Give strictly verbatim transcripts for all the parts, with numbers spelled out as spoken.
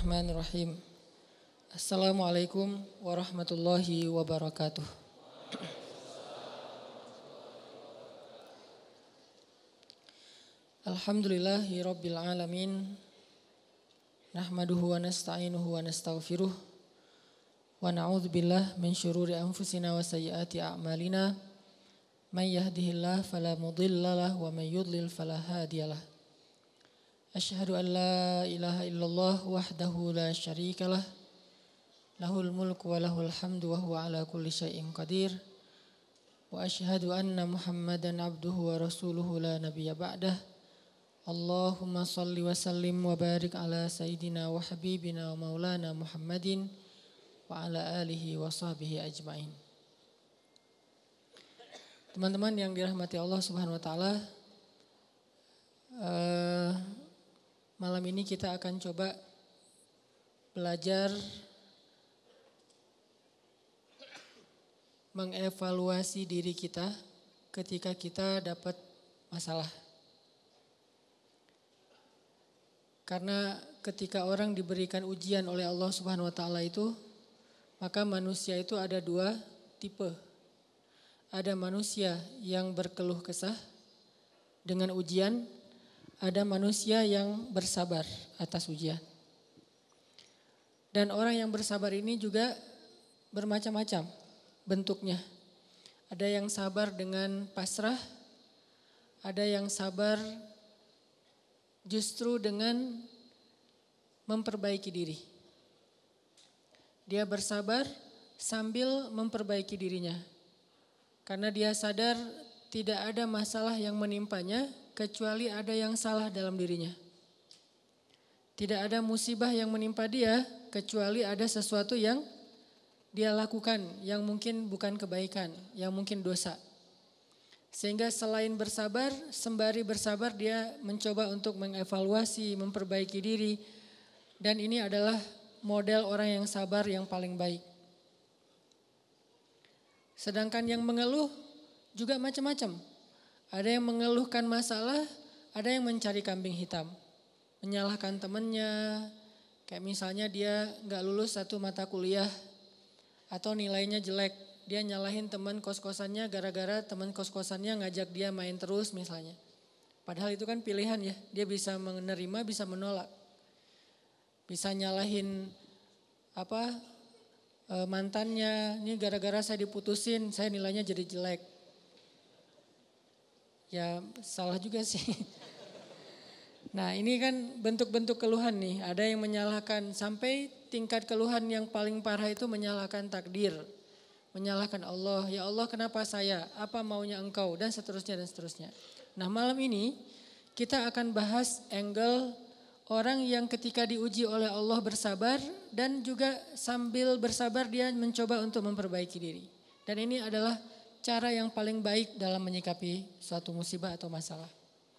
Bismillahirrahmanirrahim. Assalamualaikum warahmatullahi wabarakatuh. Alhamdulillahi rabbil alamin. Nahmaduhu wa nasta'inuhu wa nastaghfiruh. Wa na'udzu billahi min syururi anfusina wa sayyiati a'malina. May yahdihillahu fala mudhillalah wa may yudlil fala hadiyalah. Asyhadu an la ilaha illallah wahdahu la syarikalah. Lahul mulku wa lahul hamdu wa huwa ala kulli syai'in qadir. Wa asyhadu anna Muhammadan abduhu wa rasuluhu la nabiyya ba'dah. Allahumma salli wa sallim wa barik ala sayyidina wa habibina wa maulana Muhammadin wa ala alihi wa sahbihi ajmain. Teman-teman yang dirahmati Allah Subhanahu wa taala, uh, malam ini kita akan coba belajar mengevaluasi diri kita ketika kita dapat masalah. Karena ketika orang diberikan ujian oleh Allah Subhanahu wa taala itu, maka manusia itu ada dua tipe. Ada manusia yang berkeluh kesah dengan ujian, ada manusia yang bersabar atas ujian. Dan orang yang bersabar ini juga bermacam-macam bentuknya. Ada yang sabar dengan pasrah, ada yang sabar justru dengan memperbaiki diri. Dia bersabar sambil memperbaiki dirinya. Karena dia sadar tidak ada masalah yang menimpanya kecuali ada yang salah dalam dirinya. Tidak ada musibah yang menimpa dia kecuali ada sesuatu yang dia lakukan yang mungkin bukan kebaikan, yang mungkin dosa. Sehingga selain bersabar, sembari bersabar dia mencoba untuk mengevaluasi, memperbaiki diri. Dan ini adalah model orang yang sabar yang paling baik. Sedangkan yang mengeluh juga macam-macam. Ada yang mengeluhkan masalah, ada yang mencari kambing hitam. Menyalahkan temannya, kayak misalnya dia gak lulus satu mata kuliah atau nilainya jelek. Dia nyalahin teman kos-kosannya gara-gara teman kos-kosannya ngajak dia main terus misalnya. Padahal itu kan pilihan ya, dia bisa menerima, bisa menolak. Bisa nyalahin apa mantannya, ini gara-gara saya diputusin, saya nilainya jadi jelek. Ya salah juga sih. Nah ini kan bentuk-bentuk keluhan nih. Ada yang menyalahkan sampai tingkat keluhan yang paling parah itu menyalahkan takdir. Menyalahkan Allah. Ya Allah kenapa saya? Apa maunya engkau? Dan seterusnya dan seterusnya. Nah malam ini kita akan bahas angle orang yang ketika diuji oleh Allah bersabar dan juga sambil bersabar dia mencoba untuk memperbaiki diri. Dan ini adalah cara yang paling baik dalam menyikapi suatu musibah atau masalah.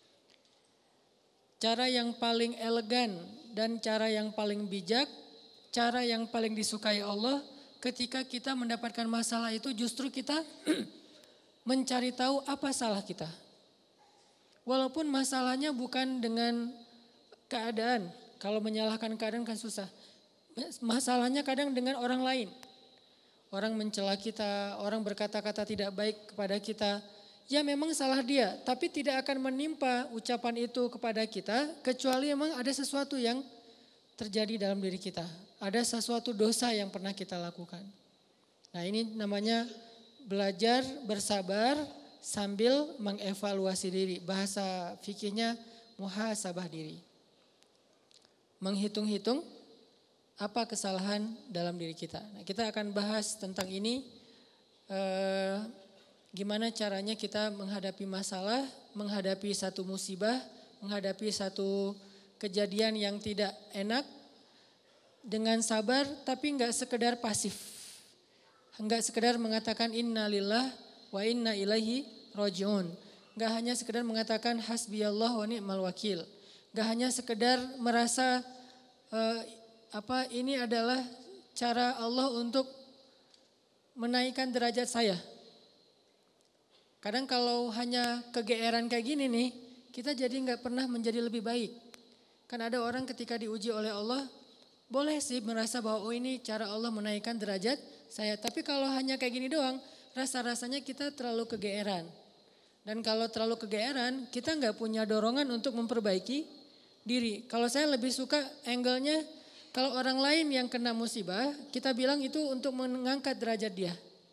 Cara yang paling elegan dan cara yang paling bijak, cara yang paling disukai Allah ketika kita mendapatkan masalah itu justru kita mencari tahu apa salah kita. Walaupun masalahnya bukan dengan keadaan, kalau menyalahkan keadaan kan susah. Masalahnya kadang dengan orang lain. Orang mencela kita, orang berkata-kata tidak baik kepada kita. Ya memang salah dia, tapi tidak akan menimpa ucapan itu kepada kita kecuali memang ada sesuatu yang terjadi dalam diri kita. Ada sesuatu dosa yang pernah kita lakukan. Nah ini namanya belajar bersabar sambil mengevaluasi diri. Bahasa fikihnya muhasabah diri. Menghitung-hitung apa kesalahan dalam diri kita. Nah, kita akan bahas tentang ini, eh, gimana caranya kita menghadapi masalah, menghadapi satu musibah, menghadapi satu kejadian yang tidak enak dengan sabar, tapi nggak sekedar pasif, nggak sekedar mengatakan innalillah wa inna ilaihi rajiun, nggak hanya sekedar mengatakan hasbiyallah wa ni'mal wakil. Gak hanya sekedar merasa uh, apa ini adalah cara Allah untuk menaikkan derajat saya. Kadang kalau hanya kegeeran kayak gini nih, kita jadi gak pernah menjadi lebih baik. Kan ada orang ketika diuji oleh Allah, boleh sih merasa bahwa oh ini cara Allah menaikkan derajat saya. Tapi kalau hanya kayak gini doang, rasa-rasanya kita terlalu kegeeran. Dan kalau terlalu kegeeran, kita nggak punya dorongan untuk memperbaiki diri. Kalau saya lebih suka angle-nya, kalau orang lain yang kena musibah, kita bilang itu untuk mengangkat derajat dia.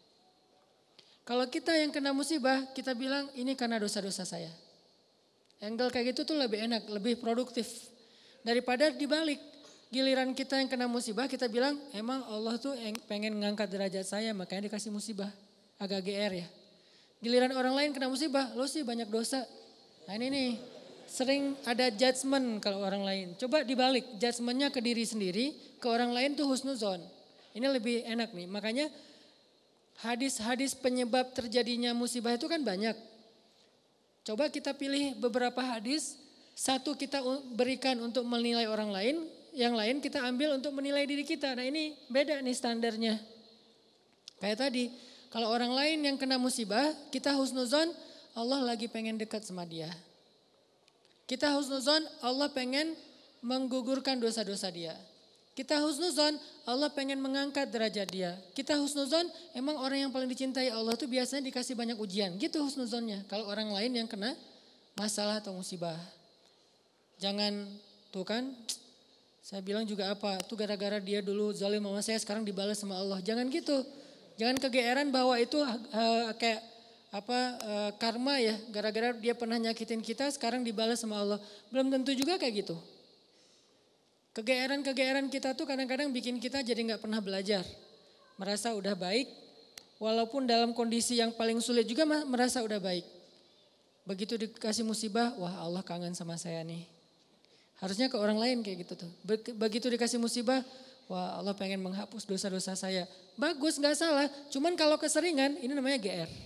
Kalau kita yang kena musibah, kita bilang ini karena dosa-dosa saya. Angle kayak gitu tuh lebih enak, lebih produktif. Daripada dibalik, giliran kita yang kena musibah, kita bilang emang Allah tuh pengen ngangkat derajat saya, makanya dikasih musibah. Agak G R ya. Giliran orang lain kena musibah, lo sih banyak dosa. Nah ini nih, sering ada judgement kalau orang lain. Coba dibalik, judgementnya ke diri sendiri, ke orang lain tuh husnuzon. Ini lebih enak nih, makanya hadis-hadis penyebab terjadinya musibah itu kan banyak. Coba kita pilih beberapa hadis, satu kita berikan untuk menilai orang lain, yang lain kita ambil untuk menilai diri kita. Nah ini beda nih standarnya. Kayak tadi, kalau orang lain yang kena musibah, kita husnuzon, Allah lagi pengen dekat sama dia. Kita husnuzon, Allah pengen menggugurkan dosa-dosa dia. Kita husnuzon, Allah pengen mengangkat derajat dia. Kita husnuzon, emang orang yang paling dicintai Allah tuh biasanya dikasih banyak ujian. Gitu husnuzonnya, kalau orang lain yang kena masalah atau musibah. Jangan, tuh kan, saya bilang juga apa, tuh gara-gara dia dulu zalim sama saya sekarang dibalas sama Allah. Jangan gitu. Jangan kegeeran bahwa itu uh, kayak apa uh, karma ya, gara-gara dia pernah nyakitin kita sekarang dibalas sama Allah. Belum tentu juga kayak gitu. Kegeeran-kegeeran kita tuh kadang-kadang bikin kita jadi nggak pernah belajar. Merasa udah baik, walaupun dalam kondisi yang paling sulit juga merasa udah baik. Begitu dikasih musibah, wah Allah kangen sama saya nih. Harusnya ke orang lain kayak gitu tuh. Begitu dikasih musibah, wah Allah pengen menghapus dosa-dosa saya. Bagus gak salah, cuman kalau keseringan ini namanya G R.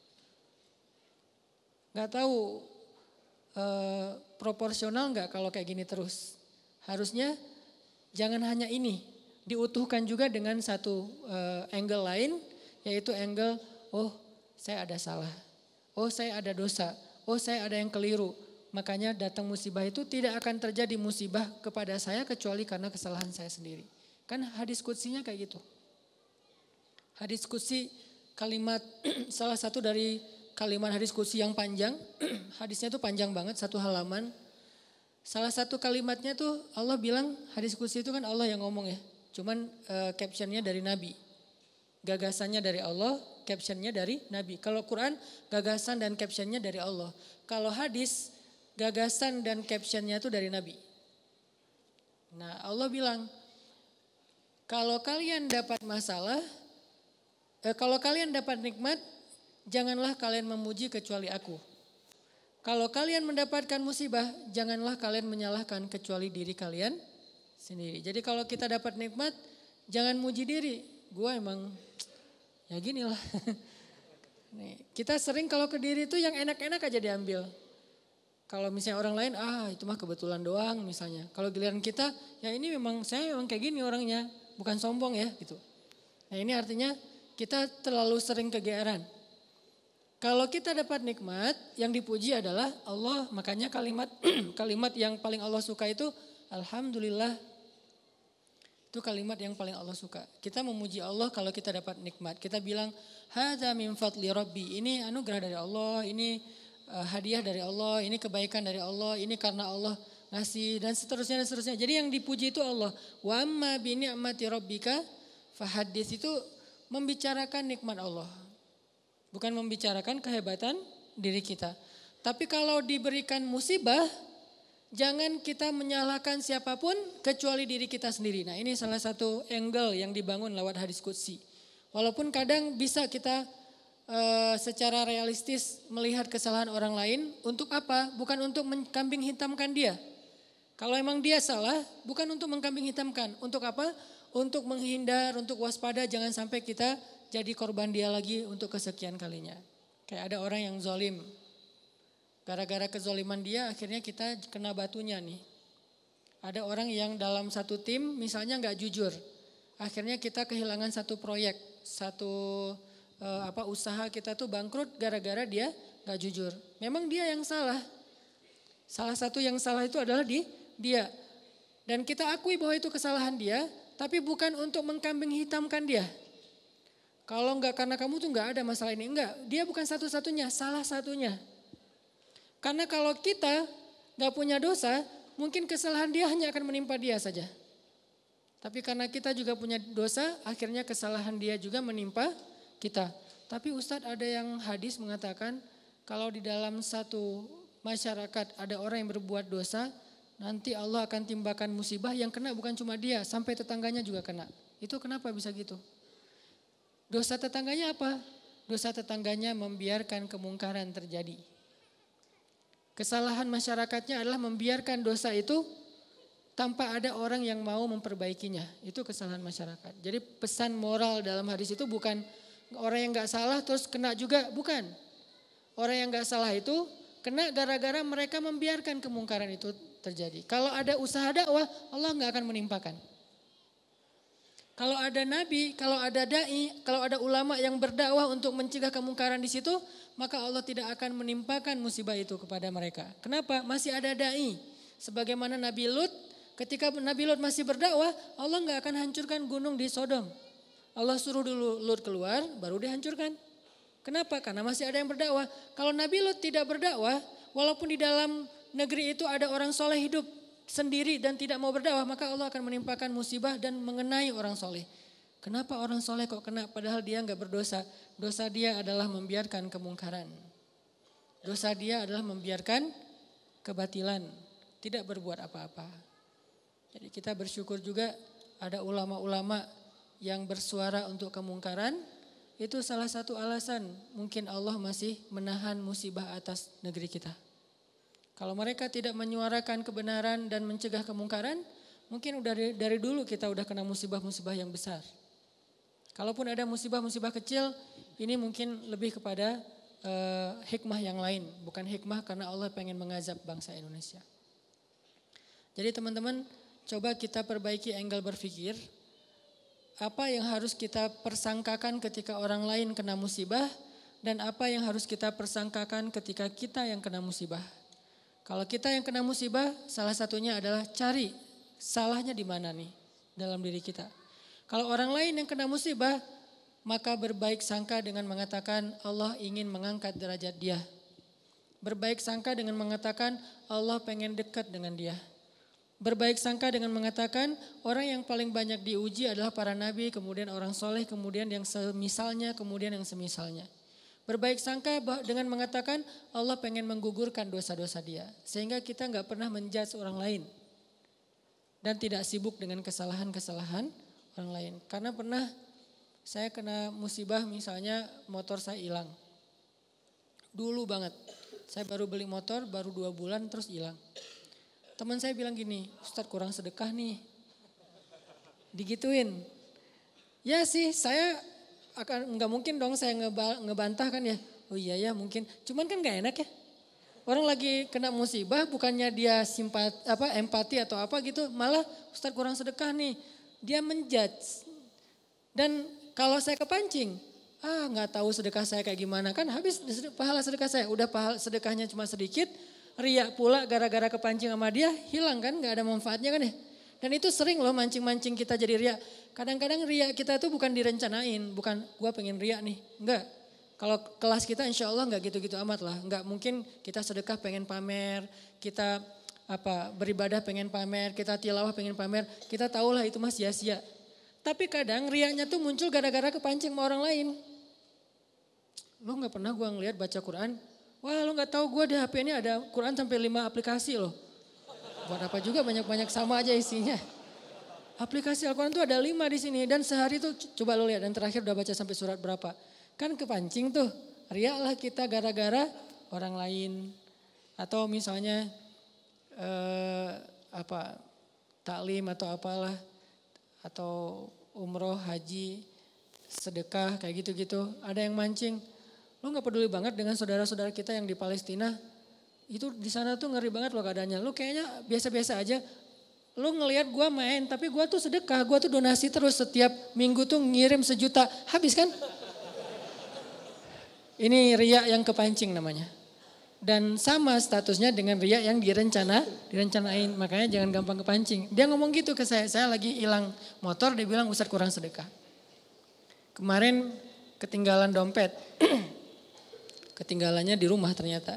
Gak tahu eh, proporsional gak kalau kayak gini terus. Harusnya jangan hanya ini, diutuhkan juga dengan satu eh, angle lain, yaitu angle oh saya ada salah, oh saya ada dosa, oh saya ada yang keliru. Makanya datang musibah itu tidak akan terjadi musibah kepada saya kecuali karena kesalahan saya sendiri. Kan hadis qudsinya kayak gitu. Hadis qudsi kalimat salah satu dari kalimat hadis qudsi yang panjang. Hadisnya tuh panjang banget satu halaman. Salah satu kalimatnya tuh Allah bilang hadis qudsi itu kan Allah yang ngomong ya. Cuman uh, captionnya dari Nabi. Gagasannya dari Allah, captionnya dari Nabi. Kalau Quran gagasan dan captionnya dari Allah. Kalau hadis gagasan dan captionnya tuh dari Nabi. Nah Allah bilang, kalau kalian dapat masalah, eh, kalau kalian dapat nikmat, janganlah kalian memuji kecuali aku. Kalau kalian mendapatkan musibah, janganlah kalian menyalahkan kecuali diri kalian sendiri. Jadi kalau kita dapat nikmat, jangan muji diri. Gua emang ya gini lah. Nih, kita sering kalau ke diri itu yang enak-enak aja diambil. Kalau misalnya orang lain, ah itu mah kebetulan doang misalnya. Kalau giliran kita, ya ini memang saya memang kayak gini orangnya. Bukan sombong ya gitu. Nah ini artinya kita terlalu sering kegeeran. Kalau kita dapat nikmat, yang dipuji adalah Allah. Makanya kalimat kalimat yang paling Allah suka itu Alhamdulillah. Itu kalimat yang paling Allah suka. Kita memuji Allah kalau kita dapat nikmat. Kita bilang, hadza min fadli rabbi. Ini anugerah dari Allah, ini uh, hadiah dari Allah, ini kebaikan dari Allah, ini karena Allah ngasih dan seterusnya dan seterusnya. Jadi yang dipuji itu Allah. Wa amma bi ni'mati rabbika fahaddits, itu membicarakan nikmat Allah. Bukan membicarakan kehebatan diri kita. Tapi kalau diberikan musibah, jangan kita menyalahkan siapapun kecuali diri kita sendiri. Nah ini salah satu angle yang dibangun lewat hadis qudsi. Walaupun kadang bisa kita uh, secara realistis melihat kesalahan orang lain. Untuk apa? Bukan untuk mengkambing hitamkan dia. Kalau emang dia salah, bukan untuk mengkambing hitamkan. Untuk apa? Untuk menghindar, untuk waspada, jangan sampai kita jadi korban dia lagi untuk kesekian kalinya. Kayak ada orang yang zalim. Gara-gara kezoliman dia akhirnya kita kena batunya nih. Ada orang yang dalam satu tim misalnya nggak jujur. Akhirnya kita kehilangan satu proyek, satu eh, apa usaha kita tuh bangkrut gara-gara dia nggak jujur. Memang dia yang salah. Salah satu yang salah itu adalah di dia. Dan kita akui bahwa itu kesalahan dia, tapi bukan untuk mengkambing hitamkan dia. Kalau enggak karena kamu tuh enggak ada masalah ini. Enggak, dia bukan satu-satunya, salah satunya. Karena kalau kita enggak punya dosa, mungkin kesalahan dia hanya akan menimpa dia saja. Tapi karena kita juga punya dosa, akhirnya kesalahan dia juga menimpa kita. Tapi Ustadz, ada yang hadis mengatakan kalau di dalam satu masyarakat ada orang yang berbuat dosa, nanti Allah akan timbakan musibah yang kena bukan cuma dia, sampai tetangganya juga kena. Itu kenapa bisa gitu? Dosa tetangganya apa? Dosa tetangganya membiarkan kemungkaran terjadi. Kesalahan masyarakatnya adalah membiarkan dosa itu tanpa ada orang yang mau memperbaikinya. Itu kesalahan masyarakat. Jadi pesan moral dalam hadis itu bukan orang yang gak salah terus kena juga, bukan. Orang yang gak salah itu kena gara-gara mereka membiarkan kemungkaran itu terjadi. Kalau ada usaha dakwah, Allah gak akan menimpakan. Kalau ada nabi, kalau ada dai, kalau ada ulama yang berdakwah untuk mencegah kemungkaran di situ, maka Allah tidak akan menimpakan musibah itu kepada mereka. Kenapa? Masih ada dai. Sebagaimana Nabi Lut, ketika Nabi Lut masih berdakwah, Allah nggak akan hancurkan gunung di Sodom. Allah suruh dulu Lut keluar, baru dihancurkan. Kenapa? Karena masih ada yang berdakwah. Kalau Nabi Lut tidak berdakwah, walaupun di dalam negeri itu ada orang soleh hidup sendiri dan tidak mau berdakwah, maka Allah akan menimpakan musibah dan mengenai orang soleh. Kenapa orang soleh kok kena padahal dia nggak berdosa? Dosa dia adalah membiarkan kemungkaran. Dosa dia adalah membiarkan kebatilan, tidak berbuat apa-apa. Jadi kita bersyukur juga ada ulama-ulama yang bersuara untuk kemungkaran. Itu salah satu alasan mungkin Allah masih menahan musibah atas negeri kita. Kalau mereka tidak menyuarakan kebenaran dan mencegah kemungkaran, mungkin udah dari, dari dulu kita udah kena musibah-musibah yang besar. Kalaupun ada musibah-musibah kecil, ini mungkin lebih kepada uh, hikmah yang lain. Bukan hikmah karena Allah pengen mengazab bangsa Indonesia. Jadi teman-teman, coba kita perbaiki angle berpikir. Apa yang harus kita persangkakan ketika orang lain kena musibah, dan apa yang harus kita persangkakan ketika kita yang kena musibah. Kalau kita yang kena musibah, salah satunya adalah cari salahnya di mana nih dalam diri kita. Kalau orang lain yang kena musibah, maka berbaik sangka dengan mengatakan Allah ingin mengangkat derajat dia. Berbaik sangka dengan mengatakan Allah pengen dekat dengan dia. Berbaik sangka dengan mengatakan orang yang paling banyak diuji adalah para nabi, kemudian orang soleh, kemudian yang semisalnya, kemudian yang semisalnya. Berbaik sangka dengan mengatakan Allah pengen menggugurkan dosa-dosa dia. Sehingga kita gak pernah menjudge orang lain. Dan tidak sibuk dengan kesalahan-kesalahan orang lain. Karena pernah saya kena musibah misalnya motor saya hilang. Dulu banget. Saya baru beli motor baru dua bulan terus hilang. Teman saya bilang gini, Ustadz kurang sedekah nih. Digituin. Ya sih saya akan nggak mungkin dong saya ngeba, ngebantah kan ya. Oh iya ya mungkin. Cuman kan nggak enak ya. Orang lagi kena musibah bukannya dia simpat apa empati atau apa gitu, malah Ustadz kurang sedekah nih. Dia menjudge. Dan kalau saya kepancing, ah nggak tahu sedekah saya kayak gimana kan habis pahala sedekah saya. Udah pahala sedekahnya cuma sedikit, riak pula gara-gara kepancing sama dia, hilang kan, nggak ada manfaatnya kan ya. Dan itu sering loh mancing-mancing kita jadi riak. Kadang-kadang riak kita tuh bukan direncanain, bukan gua pengen riak nih, enggak. Kalau kelas kita insya Allah enggak gitu-gitu amat lah. Enggak mungkin kita sedekah pengen pamer, kita apa beribadah pengen pamer, kita tilawah pengen pamer. Kita tahu lah itu mah sia-sia. Tapi kadang riaknya tuh muncul gara-gara kepancing sama orang lain. Lo enggak pernah gua ngeliat baca Quran, wah lo enggak tahu gua di H P ini ada Quran sampai lima aplikasi loh. Buat apa juga banyak-banyak sama aja isinya. Aplikasi Al-Quran tuh ada lima di sini dan sehari tuh coba lo lihat dan terakhir udah baca sampai surat berapa. Kan kepancing tuh, riaklah kita gara-gara orang lain. Atau misalnya eh, apa taklim atau apalah. Atau umroh, haji, sedekah kayak gitu-gitu. Ada yang mancing, lo gak peduli banget dengan saudara-saudara kita yang di Palestina. Itu di sana tuh ngeri banget loh keadaannya. Lo kayaknya biasa-biasa aja. Lo ngelihat gue main, tapi gue tuh sedekah, gue tuh donasi terus setiap minggu tuh ngirim sejuta, habis kan? Ini riak yang kepancing namanya. Dan sama statusnya dengan riya yang direncana, direncanain. Makanya jangan gampang kepancing. Dia ngomong gitu ke saya, saya lagi hilang motor, dia bilang Ustadz kurang sedekah. Kemarin ketinggalan dompet. Ketinggalannya di rumah ternyata.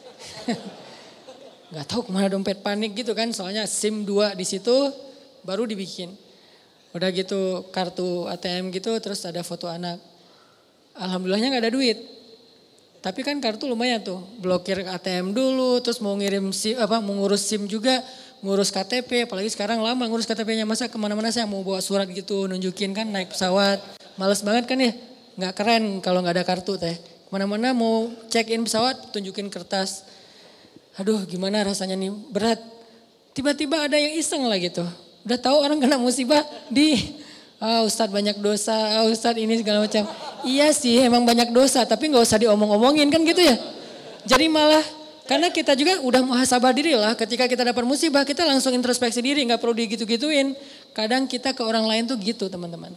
Gak tahu kemana dompet, panik gitu kan. Soalnya SIM dua di situ baru dibikin. Udah gitu kartu A T M gitu terus ada foto anak. Alhamdulillahnya gak ada duit. Tapi kan kartu lumayan tuh, blokir A T M dulu, terus mau ngirim SIM, apa, mau ngurus SIM juga, ngurus K T P, apalagi sekarang lama ngurus K T P-nya, masa kemana-mana saya mau bawa surat gitu, nunjukin kan naik pesawat, males banget kan ya, nggak keren kalau nggak ada kartu teh, kemana-mana mau check in pesawat, tunjukin kertas, aduh gimana rasanya nih, berat, tiba-tiba ada yang iseng lah gitu, udah tahu orang kena musibah di... Ah Ustadz banyak dosa, ah Ustadz ini segala macam. Iya sih emang banyak dosa tapi gak usah diomong-omongin kan gitu ya. Jadi malah karena kita juga udah muhasabah diri lah ketika kita dapat musibah kita langsung introspeksi diri gak perlu digitu-gituin. Kadang kita ke orang lain tuh gitu teman-teman.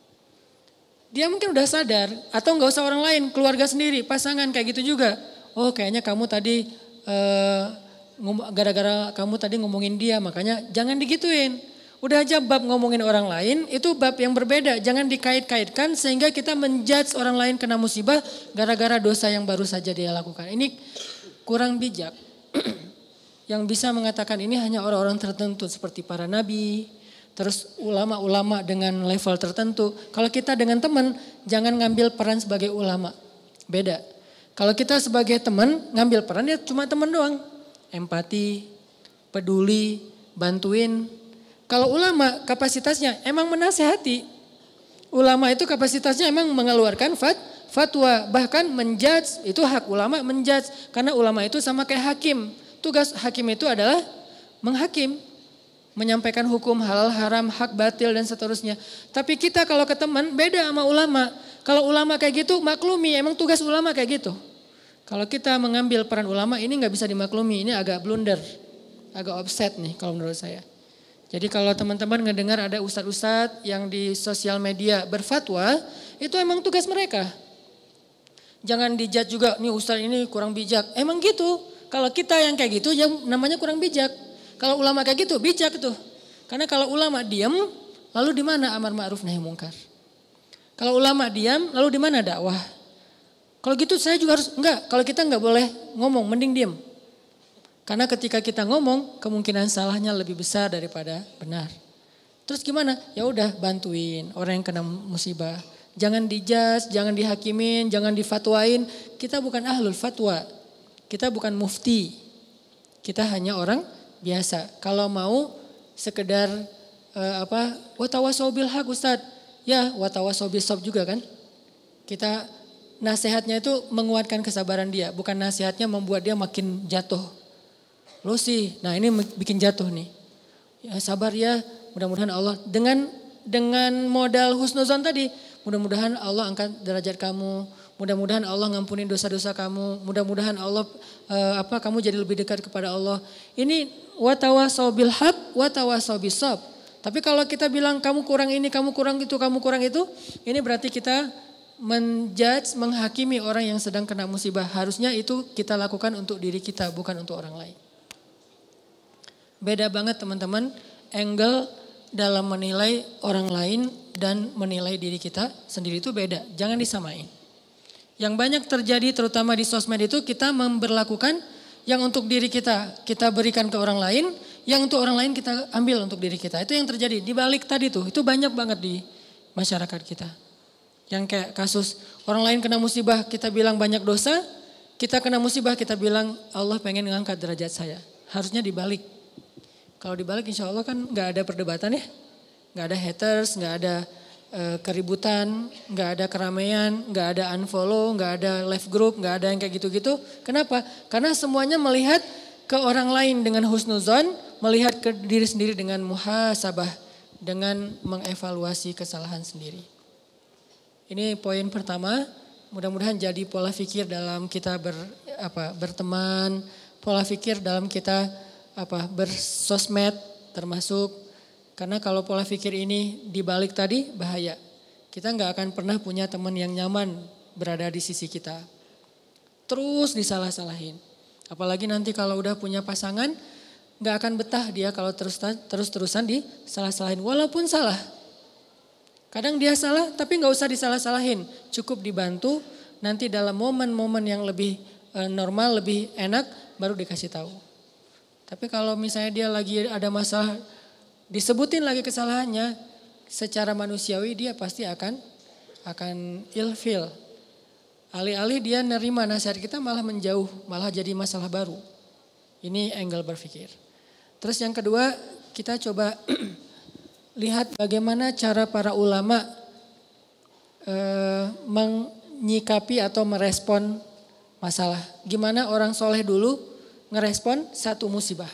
Dia mungkin udah sadar atau gak usah orang lain, keluarga sendiri, pasangan kayak gitu juga. Oh kayaknya kamu tadi uh, gara-gara kamu tadi ngomongin dia makanya jangan digituin. Udah aja bab ngomongin orang lain itu bab yang berbeda. Jangan dikait-kaitkan sehingga kita menjudge orang lain kena musibah gara-gara dosa yang baru saja dia lakukan. Ini kurang bijak. Yang bisa mengatakan ini hanya orang-orang tertentu seperti para nabi. Terus ulama-ulama dengan level tertentu. Kalau kita dengan teman jangan ngambil peran sebagai ulama. Beda. Kalau kita sebagai teman ngambil peran ya cuma teman doang. Empati, peduli, bantuin. Kalau ulama kapasitasnya emang menasehati. Ulama itu kapasitasnya emang mengeluarkan fat, fatwa. Bahkan menjudge, itu hak ulama menjudge. Karena ulama itu sama kayak hakim. Tugas hakim itu adalah menghakim. Menyampaikan hukum halal, haram, hak batil dan seterusnya. Tapi kita kalau ke teman beda sama ulama. Kalau ulama kayak gitu maklumi, emang tugas ulama kayak gitu. Kalau kita mengambil peran ulama ini gak bisa dimaklumi. Ini agak blunder, agak offset nih kalau menurut saya. Jadi kalau teman-teman ngedengar ada ustadz-ustadz yang di sosial media berfatwa, itu emang tugas mereka. Jangan dijudge juga, nih ustadz ini kurang bijak. Emang gitu, kalau kita yang kayak gitu yang namanya kurang bijak. Kalau ulama kayak gitu, bijak tuh. Karena kalau ulama diam, lalu di mana amar ma'ruf nahi mungkar? Kalau ulama diam, lalu di mana dakwah? Kalau gitu saya juga harus, enggak, kalau kita enggak boleh ngomong, mending diam. Karena ketika kita ngomong kemungkinan salahnya lebih besar daripada benar. Terus gimana? Ya udah bantuin orang yang kena musibah. Jangan dijudge, jangan dihakimin, jangan difatwain. Kita bukan ahlul fatwa. Kita bukan mufti. Kita hanya orang biasa. Kalau mau sekedar uh, apa? Watawasau bil haq Ustaz. Ya, watawasau bis sabr juga kan? Kita nasihatnya itu menguatkan kesabaran dia, bukan nasihatnya membuat dia makin jatuh. Lo sih, nah ini bikin jatuh nih. Ya sabar ya, mudah-mudahan Allah dengan dengan modal husnuzon tadi, mudah-mudahan Allah angkat derajat kamu, mudah-mudahan Allah ngampunin dosa-dosa kamu, mudah-mudahan Allah uh, apa kamu jadi lebih dekat kepada Allah. Ini watawasau bil haq, watawasau bis sabr. Tapi kalau kita bilang kamu kurang ini, kamu kurang itu, kamu kurang itu, ini berarti kita menjudge, menghakimi orang yang sedang kena musibah. Harusnya itu kita lakukan untuk diri kita, bukan untuk orang lain. Beda banget teman-teman, angle dalam menilai orang lain dan menilai diri kita sendiri itu beda. Jangan disamain. Yang banyak terjadi terutama di sosmed itu kita memberlakukan yang untuk diri kita, kita berikan ke orang lain, yang untuk orang lain kita ambil untuk diri kita. Itu yang terjadi di balik tadi tuh, itu banyak banget di masyarakat kita. Yang kayak kasus orang lain kena musibah kita bilang banyak dosa, kita kena musibah kita bilang Allah pengen ngangkat derajat saya. Harusnya dibalik. Kalau dibalik insya Allah kan gak ada perdebatan ya. Gak ada haters, gak ada e, keributan, gak ada keramaian, gak ada unfollow, gak ada left group, gak ada yang kayak gitu-gitu. Kenapa? Karena semuanya melihat ke orang lain dengan husnuzon, melihat ke diri sendiri dengan muhasabah, dengan mengevaluasi kesalahan sendiri. Ini poin pertama, mudah-mudahan jadi pola pikir dalam kita ber, apa, berteman, pola pikir dalam kita apa bersosmed termasuk, karena kalau pola pikir ini dibalik tadi bahaya. Kita nggak akan pernah punya teman yang nyaman berada di sisi kita. Terus disalah-salahin. Apalagi nanti kalau udah punya pasangan, nggak akan betah dia kalau terus terus terusan disalah-salahin. Walaupun salah, kadang dia salah tapi nggak usah disalah-salahin, cukup dibantu. Nanti dalam momen-momen yang lebih e, normal, lebih enak, baru dikasih tahu. Tapi kalau misalnya dia lagi ada masalah, disebutin lagi kesalahannya, secara manusiawi dia pasti akan akan ilfil. Alih-alih dia nerima nasihat kita malah menjauh, malah jadi masalah baru. Ini angle berpikir. Terus yang kedua, kita coba lihat bagaimana cara para ulama eh, menyikapi atau merespon masalah. Gimana orang soleh dulu ngerespon satu musibah.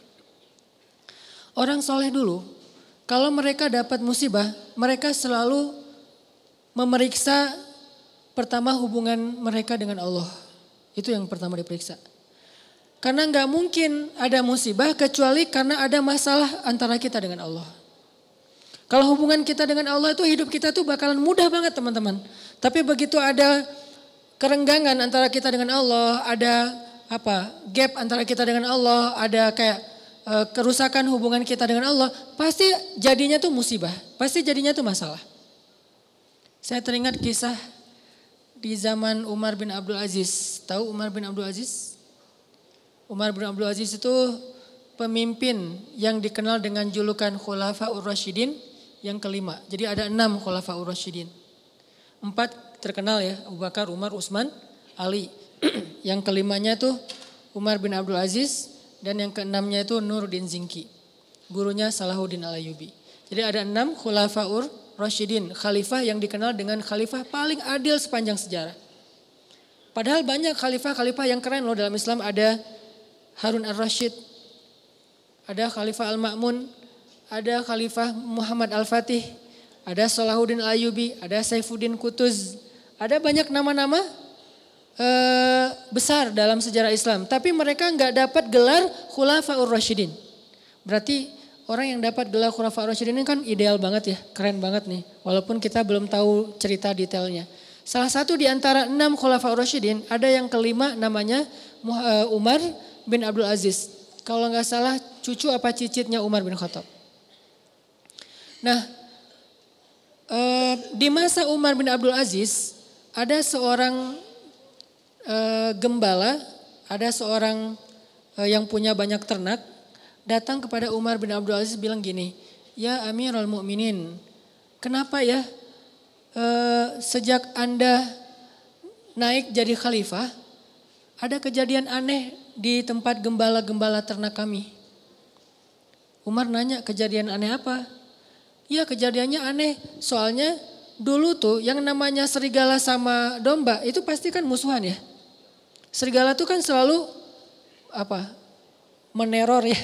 Orang soleh dulu, kalau mereka dapat musibah, mereka selalu memeriksa pertama hubungan mereka dengan Allah. Itu yang pertama diperiksa. Karena nggak mungkin ada musibah kecuali karena ada masalah antara kita dengan Allah. Kalau hubungan kita dengan Allah itu hidup kita tuh bakalan mudah banget teman-teman. Tapi begitu ada kerenggangan antara kita dengan Allah, ada apa gap antara kita dengan Allah, ada kayak e, kerusakan hubungan kita dengan Allah, pasti jadinya tuh musibah, pasti jadinya tuh masalah. Saya teringat kisah di zaman Umar bin Abdul Aziz. Tahu Umar bin Abdul Aziz? Umar bin Abdul Aziz itu pemimpin yang dikenal dengan julukan Khulafaur Rasyidin yang kelima. Jadi ada enam Khulafaur Rasyidin. Empat terkenal ya, Abu Bakar, Umar, Utsman, Ali. Yang kelimanya tuh Umar bin Abdul Aziz dan yang keenamnya itu Nuruddin Zinki. Gurunya Salahuddin Al-Ayyubi. Jadi ada enam Khulafaur Rasyidin, khalifah yang dikenal dengan khalifah paling adil sepanjang sejarah. Padahal banyak khalifah-khalifah yang keren loh dalam Islam. Ada Harun Ar-Rasyid, ada Khalifah Al-Ma'mun, ada Khalifah Muhammad Al-Fatih, ada Salahuddin Al-Ayyubi, ada Saifuddin Qutuz. Ada banyak nama-nama eh, besar dalam sejarah Islam. Tapi mereka nggak dapat gelar Khulafaur Rasyidin. Berarti orang yang dapat gelar Khulafaur Rasyidin ini kan ideal banget ya, keren banget nih. Walaupun kita belum tahu cerita detailnya. Salah satu di antara enam Khulafaur Rasyidin, ada yang kelima namanya Umar bin Abdul Aziz. Kalau nggak salah cucu apa cicitnya Umar bin Khattab. Nah, eh, di masa Umar bin Abdul Aziz ada seorang eh, gembala, ada seorang eh, yang punya banyak ternak, datang kepada Umar bin Abdul Aziz bilang gini, ya Amirul Mukminin, kenapa ya eh, sejak Anda naik jadi khalifah, ada kejadian aneh di tempat gembala-gembala ternak kami. Umar nanya, kejadian aneh apa? Ya kejadiannya aneh, soalnya dulu tuh yang namanya serigala sama domba itu pasti kan musuhan ya. Serigala tuh kan selalu apa? Meneror ya.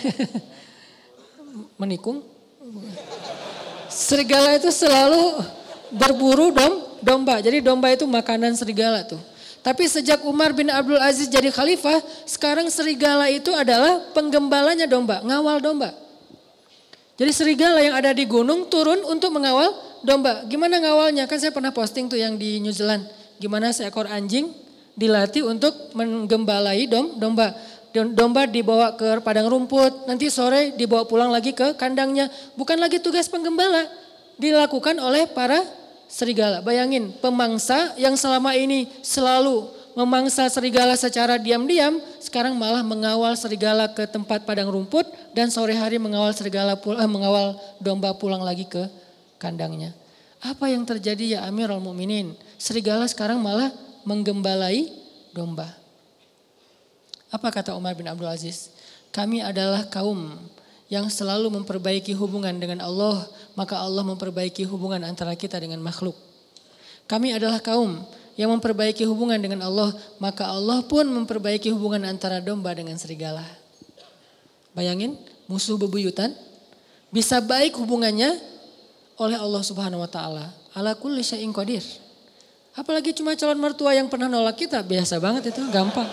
Menikung. Serigala itu selalu berburu dom, domba. Jadi domba itu makanan serigala tuh. Tapi sejak Umar bin Abdul Aziz jadi khalifah, sekarang serigala itu adalah penggembalanya domba, ngawal domba. Jadi serigala yang ada di gunung turun untuk mengawal domba. Gimana ngawalnya? Kan saya pernah posting tuh yang di New Zealand. Gimana seekor anjing dilatih untuk menggembalai dom, domba. Domba dibawa ke padang rumput, nanti sore dibawa pulang lagi ke kandangnya. Bukan lagi tugas penggembala, dilakukan oleh para serigala. Bayangin, pemangsa yang selama ini selalu memangsa serigala secara diam-diam, sekarang malah mengawal serigala ke tempat padang rumput dan sore hari mengawal serigala pul- eh, mengawal domba pulang lagi ke kandangnya. Apa yang terjadi ya Amirul Mukminin? Serigala sekarang malah menggembalai domba. Apa kata Umar bin Abdul Aziz? Kami adalah kaum yang selalu memperbaiki hubungan dengan Allah, maka Allah memperbaiki hubungan antara kita dengan makhluk. Kami adalah kaum yang memperbaiki hubungan dengan Allah, maka Allah pun memperbaiki hubungan antara domba dengan serigala. Bayangin, musuh bebuyutan bisa baik hubungannya oleh Allah Subhanahu wa taala. Ala kulli syai'in qadir. Apalagi cuma calon mertua yang pernah nolak kita, biasa banget itu, gampang.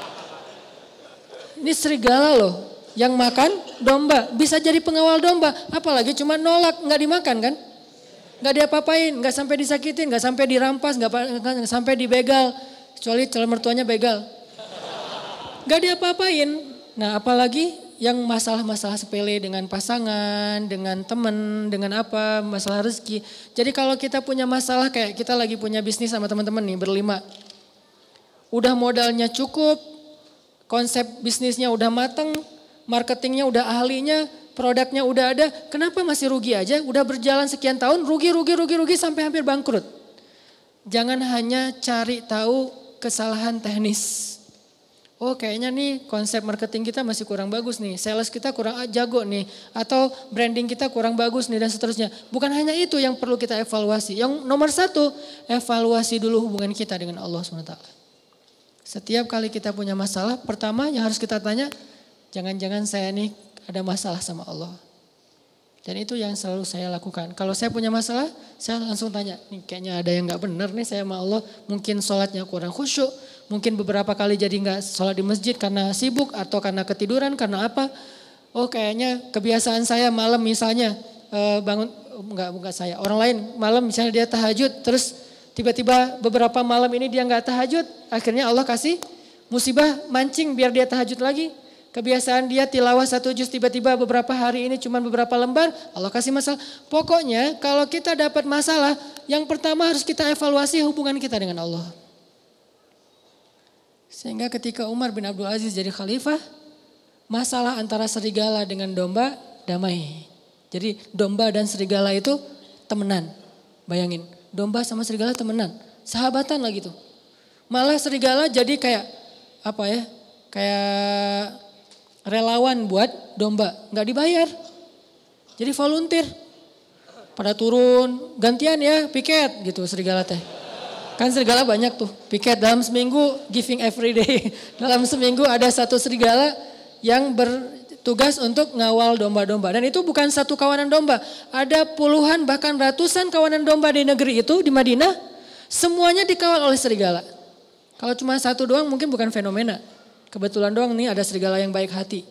Ini serigala loh, yang makan domba, bisa jadi pengawal domba. Apalagi cuma nolak, nggak dimakan kan? Nggak diapa-apain, nggak sampai disakitin, nggak sampai dirampas, nggak sampai dibegal. Kecuali calon mertuanya begal. Gak diapa-apain. Nah apalagi yang masalah-masalah sepele dengan pasangan, dengan teman, dengan apa, masalah rezeki. Jadi kalau kita punya masalah kayak kita lagi punya bisnis sama teman-teman nih berlima. Udah modalnya cukup, konsep bisnisnya udah mateng, marketingnya udah ahlinya, produknya udah ada. Kenapa masih rugi aja? Udah berjalan sekian tahun, rugi, rugi, rugi, rugi sampai hampir bangkrut. Jangan hanya cari tahu kesalahan teknis. Oh kayaknya nih konsep marketing kita masih kurang bagus nih, sales kita kurang jago nih, atau branding kita kurang bagus nih dan seterusnya. Bukan hanya itu yang perlu kita evaluasi. Yang nomor satu, evaluasi dulu hubungan kita dengan Allah subhanahu wa taala. Setiap kali kita punya masalah, pertama yang harus kita tanya, jangan-jangan saya nih ada masalah sama Allah. Dan itu yang selalu saya lakukan. Kalau saya punya masalah, saya langsung tanya, nih kayaknya ada yang gak benar nih saya sama Allah. Mungkin sholatnya kurang khusyuk, mungkin beberapa kali jadi gak sholat di masjid karena sibuk atau karena ketiduran, karena apa. Oh kayaknya kebiasaan saya malam misalnya bangun, enggak, enggak saya, orang lain malam misalnya dia tahajud, terus tiba-tiba beberapa malam ini dia gak tahajud, akhirnya Allah kasih musibah mancing biar dia tahajud lagi. Kebiasaan dia tilawah satu juz tiba-tiba beberapa hari ini cuma beberapa lembar, Allah kasih masalah. Pokoknya kalau kita dapat masalah, yang pertama harus kita evaluasi hubungan kita dengan Allah. Sehingga ketika Umar bin Abdul Aziz jadi khalifah, masalah antara serigala dengan domba damai. Jadi domba dan serigala itu temenan. Bayangin, domba sama serigala temenan, sahabatan lah gitu. Malah serigala jadi kayak apa ya, kayak relawan buat domba, nggak dibayar. Jadi volunteer. Pada turun, gantian ya piket gitu serigala teh. Kan serigala banyak tuh, piket dalam seminggu giving every day. Dalam seminggu ada satu serigala yang bertugas untuk ngawal domba-domba. Dan itu bukan satu kawanan domba. Ada puluhan bahkan ratusan kawanan domba di negeri itu, di Madinah. Semuanya dikawal oleh serigala. Kalau cuma satu doang mungkin bukan fenomena. Kebetulan doang nih ada serigala yang baik hati.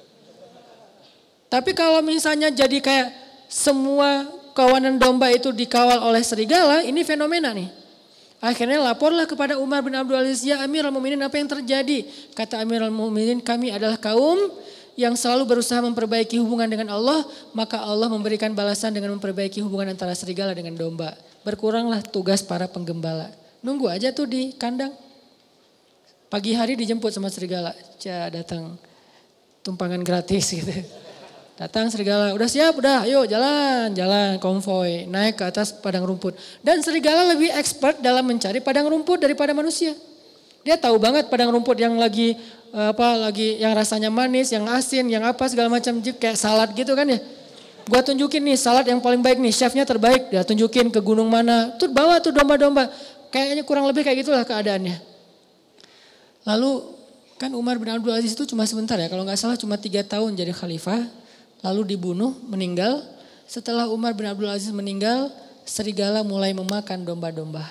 Tapi kalau misalnya jadi kayak semua kawanan domba itu dikawal oleh serigala, ini fenomena nih. Akhirnya laporlah kepada Umar bin Abdul Aziz, ya Amirul Mukminin apa yang terjadi? Kata Amirul Mukminin, kami adalah kaum yang selalu berusaha memperbaiki hubungan dengan Allah, maka Allah memberikan balasan dengan memperbaiki hubungan antara serigala dengan domba. Berkuranglah tugas para penggembala. Nunggu aja tuh di kandang. Pagi hari dijemput sama serigala, Ca datang tumpangan gratis gitu. Datang serigala, udah siap, udah ayo jalan, jalan konvoy, naik ke atas padang rumput. Dan serigala lebih expert dalam mencari padang rumput daripada manusia. Dia tahu banget padang rumput yang lagi apa lagi yang rasanya manis, yang asin, yang apa segala macam kayak salad gitu kan ya. Gua tunjukin nih salad yang paling baik nih, chefnya terbaik, dia tunjukin ke gunung mana, tuh bawa tuh domba-domba. Kayaknya kurang lebih kayak gitulah keadaannya. Lalu kan Umar bin Abdul Aziz itu cuma sebentar ya, kalau nggak salah cuma tiga tahun jadi khalifah, lalu dibunuh, meninggal. Setelah Umar bin Abdul Aziz meninggal, serigala mulai memakan domba-domba.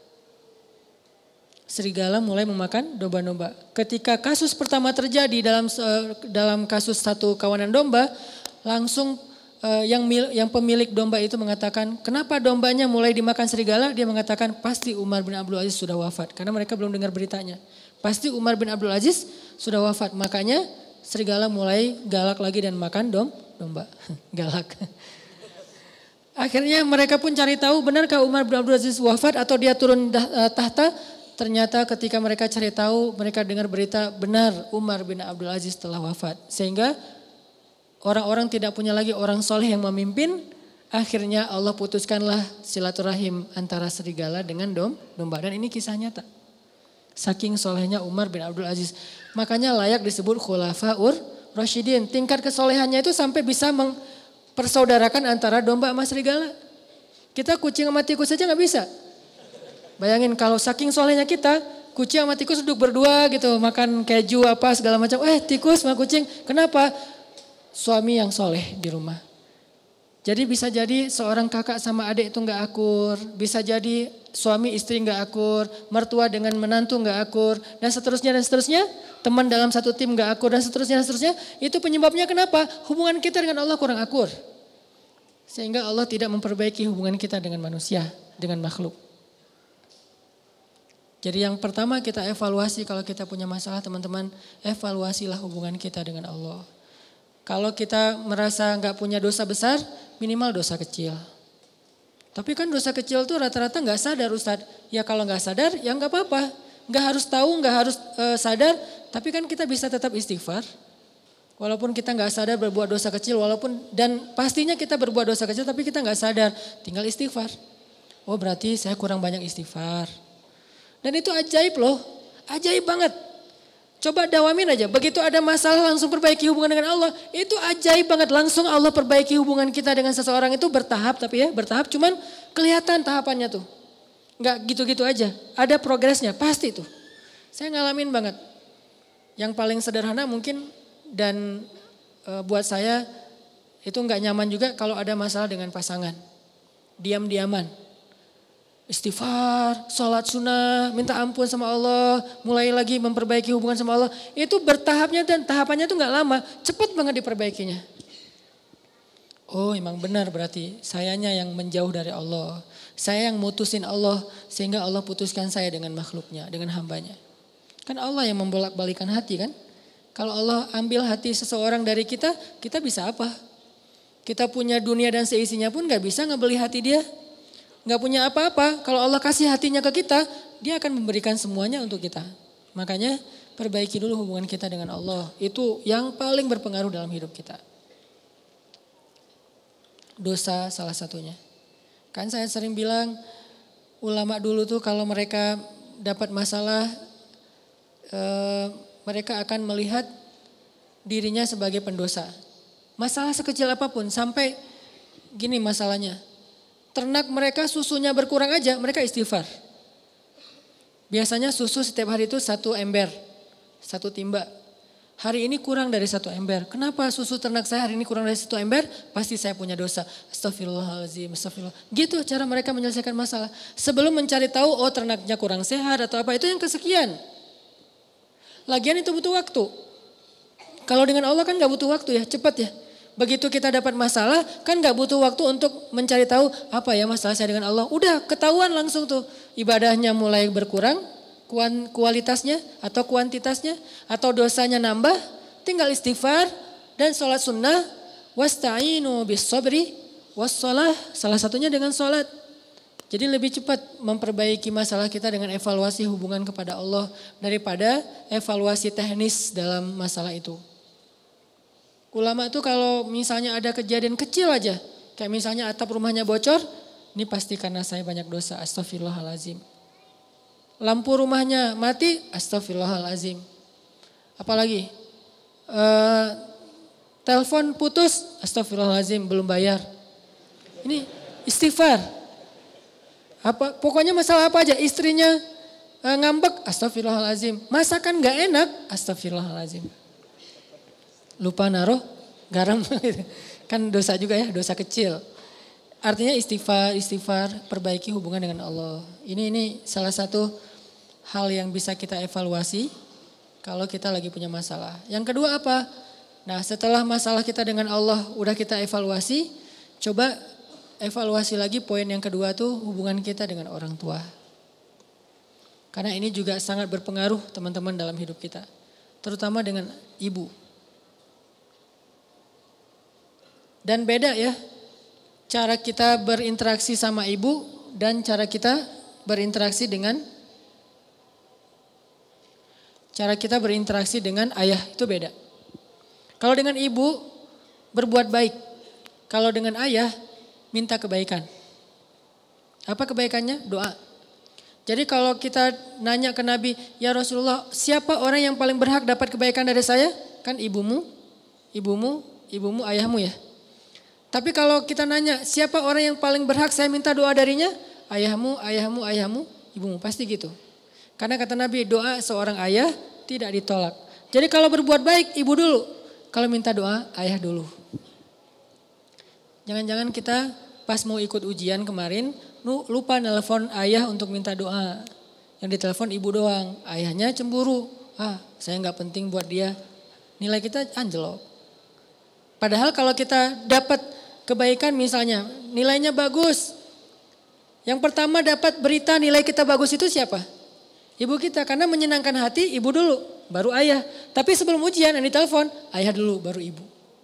Serigala mulai memakan domba-domba. Ketika kasus pertama terjadi dalam dalam kasus satu kawanan domba, langsung yang yang pemilik domba itu mengatakan, kenapa dombanya mulai dimakan serigala? Dia mengatakan pasti Umar bin Abdul Aziz sudah wafat, karena mereka belum dengar beritanya. Pasti Umar bin Abdul Aziz sudah wafat, makanya serigala mulai galak lagi dan makan dom, domba. Galak. Akhirnya mereka pun cari tahu benarkah Umar bin Abdul Aziz wafat atau dia turun tahta. Ternyata ketika mereka cari tahu, mereka dengar berita benar Umar bin Abdul Aziz telah wafat. Sehingga orang-orang tidak punya lagi orang soleh yang memimpin. Akhirnya Allah putuskanlah silaturahim antara serigala dengan dom, domba. Dan ini kisah nyata. Saking solehnya Umar bin Abdul Aziz. Makanya layak disebut khulafaur rasyidin. Tingkat kesolehannya itu sampai bisa mempersaudarakan antara domba sama serigala. Kita kucing sama tikus saja gak bisa. Bayangin kalau saking solehnya kita, kucing sama tikus duduk berdua gitu. Makan keju apa segala macam. Eh tikus sama kucing, kenapa? Suami yang soleh di rumah. Jadi bisa jadi seorang kakak sama adik itu gak akur. Bisa jadi suami istri gak akur. Mertua dengan menantu gak akur. Dan seterusnya dan seterusnya. Teman dalam satu tim gak akur dan seterusnya dan seterusnya. Itu penyebabnya kenapa? Hubungan kita dengan Allah kurang akur. Sehingga Allah tidak memperbaiki hubungan kita dengan manusia. Dengan makhluk. Jadi yang pertama kita evaluasi kalau kita punya masalah teman-teman, evaluasilah hubungan kita dengan Allah. Kalau kita merasa nggak punya dosa besar, minimal dosa kecil. Tapi kan dosa kecil tuh rata-rata nggak sadar Ustadz. Ya kalau nggak sadar ya nggak apa-apa. Nggak harus tahu, nggak harus uh, sadar. Tapi kan kita bisa tetap istighfar. Walaupun kita nggak sadar berbuat dosa kecil, walaupun dan pastinya kita berbuat dosa kecil tapi kita nggak sadar. Tinggal istighfar. Oh berarti saya kurang banyak istighfar. Dan itu ajaib loh, ajaib banget. Coba dawamin aja, begitu ada masalah langsung perbaiki hubungan dengan Allah. Itu ajaib banget, langsung Allah perbaiki hubungan kita dengan seseorang itu bertahap. Tapi ya bertahap cuman kelihatan tahapannya tuh. Enggak gitu-gitu aja, ada progresnya pasti tuh. Saya ngalamin banget. Yang paling sederhana mungkin dan e, buat saya itu enggak nyaman juga kalau ada masalah dengan pasangan. Diam-diaman. Istighfar, sholat sunnah, minta ampun sama Allah, mulai lagi memperbaiki hubungan sama Allah. Itu bertahapnya dan tahapannya itu gak lama, cepat banget diperbaikinya. Oh emang benar berarti sayanya yang menjauh dari Allah. Saya yang mutusin Allah sehingga Allah putuskan saya dengan makhluknya, dengan hambanya. Kan Allah yang membolak-balikan hati kan. Kalau Allah ambil hati seseorang dari kita, kita bisa apa? Kita punya dunia dan seisinya pun gak bisa ngebeli hati dia. Gak punya apa-apa, kalau Allah kasih hatinya ke kita, dia akan memberikan semuanya untuk kita. Makanya perbaiki dulu hubungan kita dengan Allah. Itu yang paling berpengaruh dalam hidup kita. Dosa salah satunya. Kan saya sering bilang, ulama dulu tuh kalau mereka dapat masalah, eh, mereka akan melihat dirinya sebagai pendosa. Masalah sekecil apapun, sampai gini masalahnya. Ternak mereka susunya berkurang aja, mereka istighfar. Biasanya susu setiap hari itu satu ember, satu timba. Hari ini kurang dari satu ember. Kenapa susu ternak saya hari ini kurang dari satu ember? Pasti saya punya dosa. Astagfirullahaladzim, astagfirullah. Gitu cara mereka menyelesaikan masalah. Sebelum mencari tahu, oh ternaknya kurang sehat atau apa, itu yang kesekian. Lagian itu butuh waktu. Kalau dengan Allah kan gak butuh waktu ya, cepat ya. Begitu kita dapat masalah kan gak butuh waktu untuk mencari tahu apa ya masalah saya dengan Allah. Udah ketahuan langsung tuh ibadahnya mulai berkurang kualitasnya atau kuantitasnya atau dosanya nambah. Tinggal istighfar dan sholat sunnah. Wasta'inu bis sabri wassalah, salah satunya dengan sholat. Jadi lebih cepat memperbaiki masalah kita dengan evaluasi hubungan kepada Allah daripada evaluasi teknis dalam masalah itu. Ulama tuh kalau misalnya ada kejadian kecil aja, kayak misalnya atap rumahnya bocor, ini pasti karena saya banyak dosa, astagfirullahalazim. Lampu rumahnya mati, astagfirullahalazim. Apalagi, e, telepon putus, astagfirullahalazim, belum bayar. Ini istighfar. Apa, pokoknya masalah apa aja, istrinya e, ngambek, astagfirullahalazim. Masakan gak enak, astagfirullahalazim. Lupa naruh garam, kan dosa juga ya, dosa kecil. Artinya istighfar, istighfar, perbaiki hubungan dengan Allah. Ini ini salah satu hal yang bisa kita evaluasi kalau kita lagi punya masalah. Yang kedua apa? Nah setelah masalah kita dengan Allah udah kita evaluasi, coba evaluasi lagi poin yang kedua tuh hubungan kita dengan orang tua. Karena ini juga sangat berpengaruh teman-teman dalam hidup kita. Terutama dengan ibu. Dan beda ya, cara kita berinteraksi sama ibu dan cara kita berinteraksi dengan cara kita berinteraksi dengan ayah itu beda. Kalau dengan ibu berbuat baik, kalau dengan ayah minta kebaikan. Apa kebaikannya? Doa. Jadi kalau kita nanya ke Nabi, ya Rasulullah, siapa orang yang paling berhak dapat kebaikan dari saya? Kan ibumu, ibumu, ibumu, ayahmu ya. Tapi kalau kita nanya siapa orang yang paling berhak saya minta doa darinya? Ayahmu, ayahmu, ayahmu, ibumu. Pasti gitu. Karena kata Nabi doa seorang ayah tidak ditolak. Jadi kalau berbuat baik ibu dulu. Kalau minta doa ayah dulu. Jangan-jangan kita pas mau ikut ujian kemarin lupa nelpon ayah untuk minta doa. Yang ditelepon ibu doang. Ayahnya cemburu. Ah saya gak penting buat dia. Nilai kita anjlok. Padahal kalau kita dapat kebaikan misalnya, nilainya bagus. Yang pertama dapat berita nilai kita bagus itu siapa? Ibu kita, karena menyenangkan hati ibu dulu, baru ayah. Tapi sebelum ujian yang ditelepon, ayah dulu baru ibu.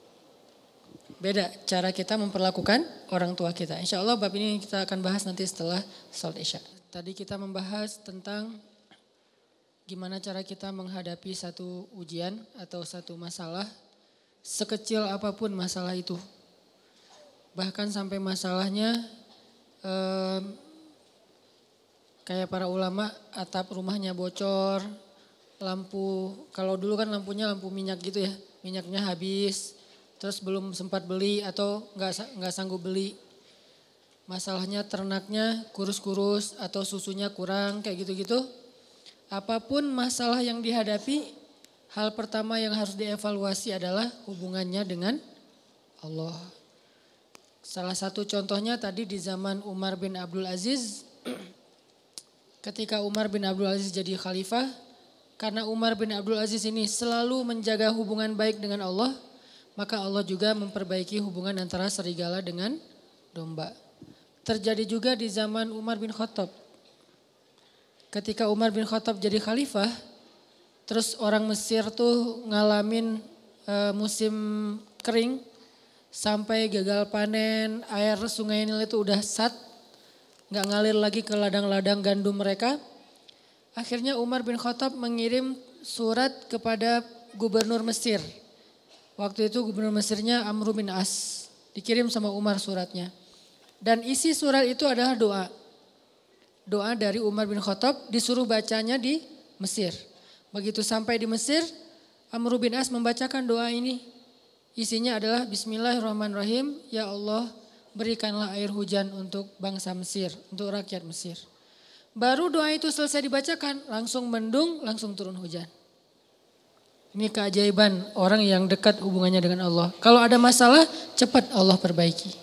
Beda cara kita memperlakukan orang tua kita. Insya Allah bab ini kita akan bahas nanti setelah salat isya. Tadi kita membahas tentang gimana cara kita menghadapi satu ujian atau satu masalah. Sekecil apapun masalah itu. Bahkan sampai masalahnya eh, kayak para ulama atap rumahnya bocor, lampu, kalau dulu kan lampunya lampu minyak gitu ya, minyaknya habis, terus belum sempat beli atau nggak nggak sanggup beli. Masalahnya ternaknya kurus-kurus atau susunya kurang kayak gitu-gitu. Apapun masalah yang dihadapi, hal pertama yang harus dievaluasi adalah hubungannya dengan Allah. Salah satu contohnya tadi di zaman Umar bin Abdul Aziz, ketika Umar bin Abdul Aziz jadi khalifah, karena Umar bin Abdul Aziz ini selalu menjaga hubungan baik dengan Allah, maka Allah juga memperbaiki hubungan antara serigala dengan domba. Terjadi juga di zaman Umar bin Khattab. Ketika Umar bin Khattab jadi khalifah, terus orang Mesir tuh ngalamin e, musim kering, sampai gagal panen, air sungai Nil itu udah sat, gak ngalir lagi ke ladang-ladang gandum mereka. Akhirnya Umar bin Khattab mengirim surat kepada gubernur Mesir. Waktu itu gubernur Mesirnya Amr bin As. Dikirim sama Umar suratnya. Dan isi surat itu adalah doa. Doa dari Umar bin Khattab disuruh bacanya di Mesir. Begitu sampai di Mesir, Amr bin As membacakan doa ini. Isinya adalah Bismillahirrahmanirrahim, ya Allah berikanlah air hujan untuk bangsa Mesir, untuk rakyat Mesir. Baru doa itu selesai dibacakan, langsung mendung, langsung turun hujan. Ini keajaiban orang yang dekat hubungannya dengan Allah. Kalau ada masalah, cepat Allah perbaiki.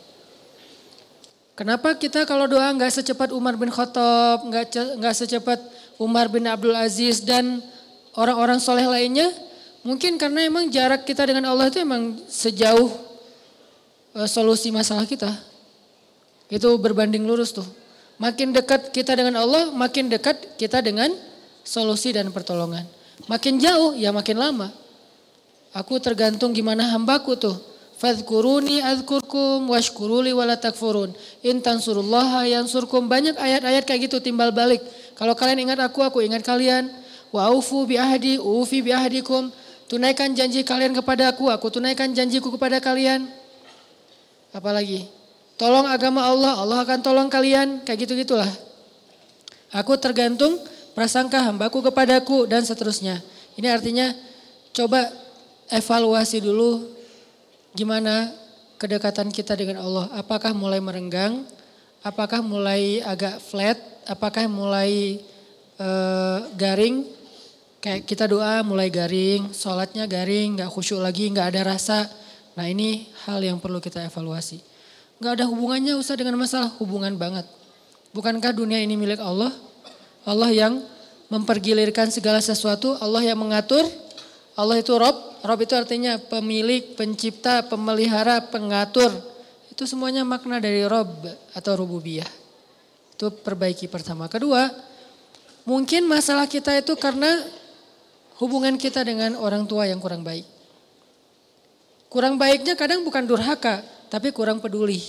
Kenapa kita kalau doa nggak secepat Umar bin Khattab, nggak nggak secepat Umar bin Abdul Aziz dan orang-orang soleh lainnya? Mungkin karena emang jarak kita dengan Allah itu emang sejauh uh, solusi masalah kita. Itu berbanding lurus tuh. Makin dekat kita dengan Allah, makin dekat kita dengan solusi dan pertolongan. Makin jauh, ya makin lama. Aku tergantung gimana hambaku tuh. Fadhkuruni adzkurkum washkuruli wala takfurun. In tansurullaha yansurkum. Banyak ayat-ayat kayak gitu timbal balik. Kalau kalian ingat aku, aku ingat kalian. Wa aufu bi ahdi, ufi bi ahdikum. Tunaikan janji kalian kepada aku, aku tunaikan janjiku kepada kalian. Apalagi, tolong agama Allah, Allah akan tolong kalian. Kayak gitu-gitulah. Aku tergantung prasangka hambaku kepadaku dan seterusnya. Ini artinya coba evaluasi dulu gimana kedekatan kita dengan Allah. Apakah mulai merenggang? Apakah mulai agak flat? Apakah mulai uh, garing? Kayak kita doa mulai garing, sholatnya garing, gak khusyuk lagi, gak ada rasa. Nah ini hal yang perlu kita evaluasi. Gak ada hubungannya usah dengan masalah, hubungan banget. Bukankah dunia ini milik Allah? Allah yang mempergilirkan segala sesuatu, Allah yang mengatur. Allah itu Rob, Rob itu artinya pemilik, pencipta, pemelihara, pengatur. Itu semuanya makna dari Rob atau rububiyah. Itu perbaiki pertama. Kedua, mungkin masalah kita itu karena hubungan kita dengan orang tua yang kurang baik. Kurang baiknya kadang bukan durhaka, tapi kurang peduli.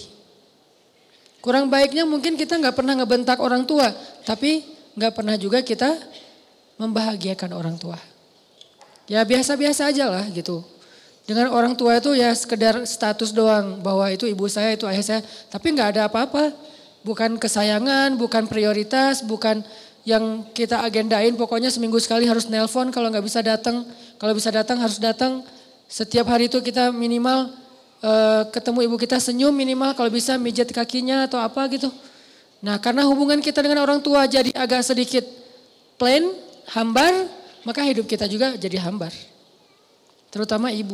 Kurang baiknya mungkin kita gak pernah ngebentak orang tua, tapi gak pernah juga kita membahagiakan orang tua. Ya biasa-biasa aja lah gitu. Dengan orang tua itu ya sekedar status doang, bahwa itu ibu saya, itu ayah saya, tapi gak ada apa-apa. Bukan kesayangan, bukan prioritas, bukan yang kita agendain, pokoknya seminggu sekali harus nelpon, kalau nggak bisa datang, kalau bisa datang harus datang. Setiap hari itu kita minimal uh, ketemu ibu kita senyum, minimal kalau bisa mijat kakinya atau apa gitu. Nah karena hubungan kita dengan orang tua jadi agak sedikit plain, hambar, maka hidup kita juga jadi hambar. Terutama ibu.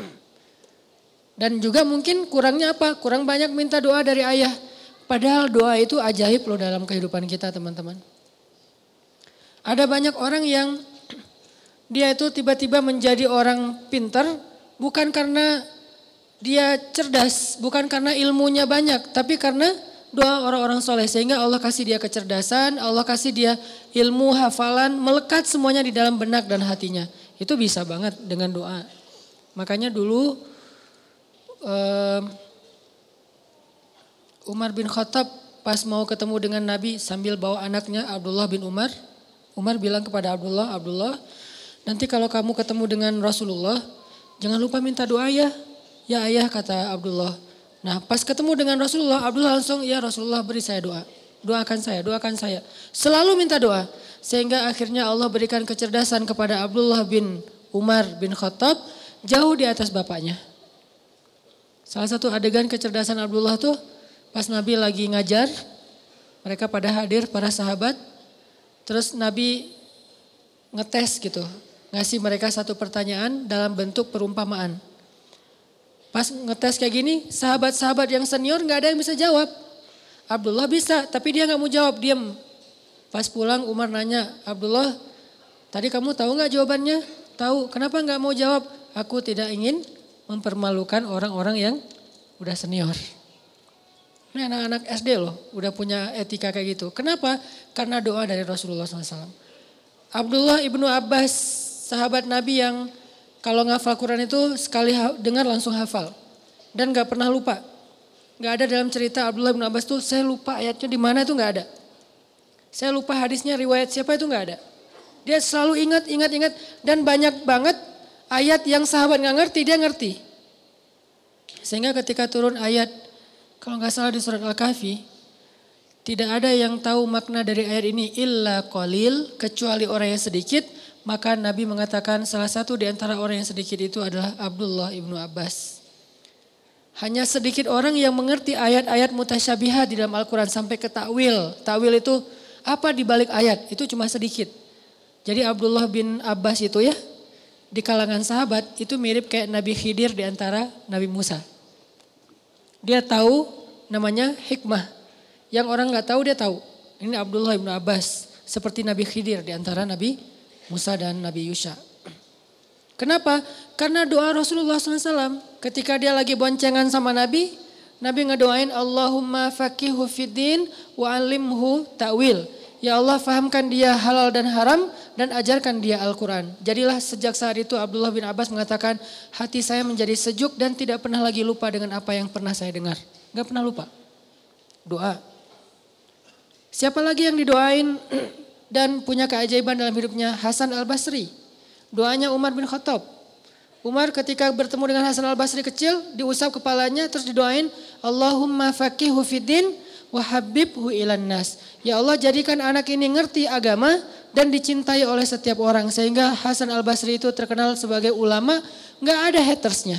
Dan juga mungkin kurangnya apa? Kurang banyak minta doa dari ayah. Padahal doa itu ajaib loh dalam kehidupan kita teman-teman. Ada banyak orang yang dia itu tiba-tiba menjadi orang pintar bukan karena dia cerdas, bukan karena ilmunya banyak, tapi karena doa orang-orang soleh. Sehingga Allah kasih dia kecerdasan, Allah kasih dia ilmu, hafalan, melekat semuanya di dalam benak dan hatinya. Itu bisa banget dengan doa. Makanya dulu um, Umar bin Khattab pas mau ketemu dengan Nabi sambil bawa anaknya Abdullah bin Umar. Umar bilang kepada Abdullah, Abdullah nanti kalau kamu ketemu dengan Rasulullah jangan lupa minta doa ya. Ya ayah, kata Abdullah. Nah pas ketemu dengan Rasulullah, Abdullah langsung, ya Rasulullah beri saya doa. Doakan saya, doakan saya. Selalu minta doa. Sehingga akhirnya Allah berikan kecerdasan kepada Abdullah bin Umar bin Khattab jauh di atas bapaknya. Salah satu adegan kecerdasan Abdullah tuh pas Nabi lagi ngajar, mereka pada hadir para sahabat. Terus Nabi ngetes gitu, ngasih mereka satu pertanyaan dalam bentuk perumpamaan. Pas ngetes kayak gini, sahabat-sahabat yang senior gak ada yang bisa jawab. Abdullah bisa, tapi dia gak mau jawab, diam. Pas pulang Umar nanya, Abdullah tadi kamu tahu gak jawabannya? Tahu, kenapa gak mau jawab? Aku tidak ingin mempermalukan orang-orang yang udah senior. Ini anak-anak S D loh, udah punya etika kayak gitu. Kenapa? Karena doa dari Rasulullah shallallahu alaihi wasallam. Abdullah ibnu Abbas, sahabat Nabi yang kalau ngafal Quran itu sekali dengar langsung hafal. Dan gak pernah lupa. Gak ada dalam cerita Abdullah bin Abbas tuh saya lupa ayatnya di mana itu gak ada. Saya lupa hadisnya riwayat siapa itu gak ada. Dia selalu ingat, ingat, ingat. Dan banyak banget ayat yang sahabat gak ngerti, dia ngerti. Sehingga ketika turun ayat, kalau gak salah di surat Al-Kahfi, tidak ada yang tahu makna dari ayat ini illa qalil, kecuali orang yang sedikit. Maka Nabi mengatakan salah satu di antara orang yang sedikit itu adalah Abdullah ibnu Abbas. Hanya sedikit orang yang mengerti ayat-ayat mutasyabihat di dalam Al-Quran sampai ke takwil. Takwil itu apa di balik ayat, itu cuma sedikit. Jadi Abdullah bin Abbas itu ya, di kalangan sahabat itu mirip kayak Nabi Khidir di antara Nabi Musa. Dia tahu namanya hikmah. Yang orang gak tahu dia tahu. Ini Abdullah bin Abbas seperti Nabi Khidir di antara Nabi Musa dan Nabi Yusha. Kenapa? Karena doa Rasulullah shallallahu alaihi wasallam ketika dia lagi boncengan sama Nabi, Nabi ngedoain Allahumma faqihu fiddin wa alimhu ta'wil. Ya Allah fahamkan dia halal dan haram dan ajarkan dia Al-Quran. Jadilah sejak saat itu Abdullah bin Abbas mengatakan hati saya menjadi sejuk dan tidak pernah lagi lupa dengan apa yang pernah saya dengar. Gak pernah lupa. Doa. Siapa lagi yang didoain dan punya keajaiban dalam hidupnya? Hasan al-Basri. Doanya Umar bin Khattab. Umar ketika bertemu dengan Hasan al-Basri kecil, diusap kepalanya terus didoain Allahumma faqihu fiddin wa habibhu ilan nas. Ya Allah jadikan anak ini ngerti agama dan dicintai oleh setiap orang. Sehingga Hasan al-Basri itu terkenal sebagai ulama, gak ada hatersnya.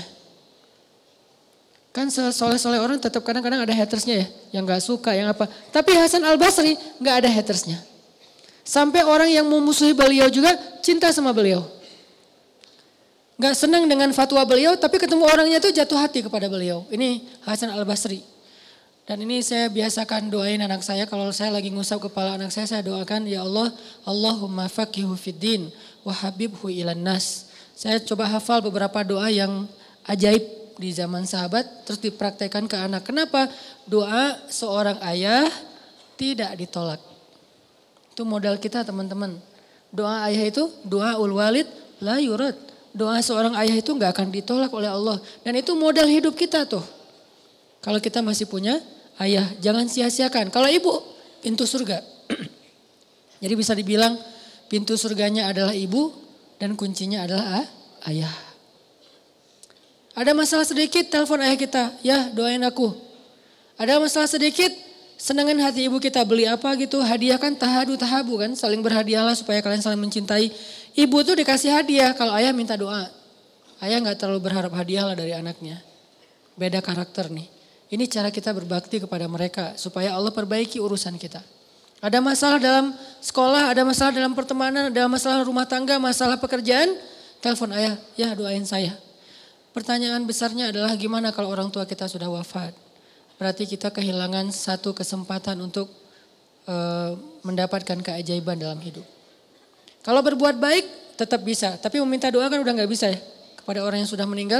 Kan soleh-soleh orang tetap kadang-kadang ada hatersnya ya, yang gak suka, yang apa. Tapi Hasan al-Basri gak ada hatersnya. Sampai orang yang memusuhi beliau juga cinta sama beliau. Gak senang dengan fatwa beliau, tapi ketemu orangnya tuh jatuh hati kepada beliau. Ini Hasan al-Basri. Dan ini saya biasakan doain anak saya, kalau saya lagi ngusap kepala anak saya, saya doakan, ya Allah, Allahumma faqihu fiddin wa habibhu ilan nas. Saya coba hafal beberapa doa yang ajaib di zaman sahabat, terus dipraktekkan ke anak. Kenapa? Doa seorang ayah tidak ditolak. Itu modal kita teman-teman. Doa ayah itu, doa ul walid la yurad. Doa seorang ayah itu gak akan ditolak oleh Allah. Dan itu modal hidup kita tuh. Kalau kita masih punya ayah, jangan sia-siakan. Kalau ibu, pintu surga. Jadi bisa dibilang pintu surganya adalah ibu dan kuncinya adalah ayah. Ada masalah sedikit, telepon ayah kita, ya doain aku. Ada masalah sedikit, senangin hati ibu kita, beli apa gitu, hadiah kan tahadu tahabu kan, saling berhadiahlah supaya kalian saling mencintai. Ibu tuh dikasih hadiah, kalau ayah minta doa. Ayah gak terlalu berharap hadiah lah dari anaknya. Beda karakter nih. Ini cara kita berbakti kepada mereka supaya Allah perbaiki urusan kita. Ada masalah dalam sekolah, ada masalah dalam pertemanan, ada masalah rumah tangga, masalah pekerjaan, telepon ayah, ya doain saya. Pertanyaan besarnya adalah gimana kalau orang tua kita sudah wafat? Berarti kita kehilangan satu kesempatan untuk e, mendapatkan keajaiban dalam hidup. Kalau berbuat baik tetap bisa, tapi meminta doa kan udah gak bisa ya. Kepada orang yang sudah meninggal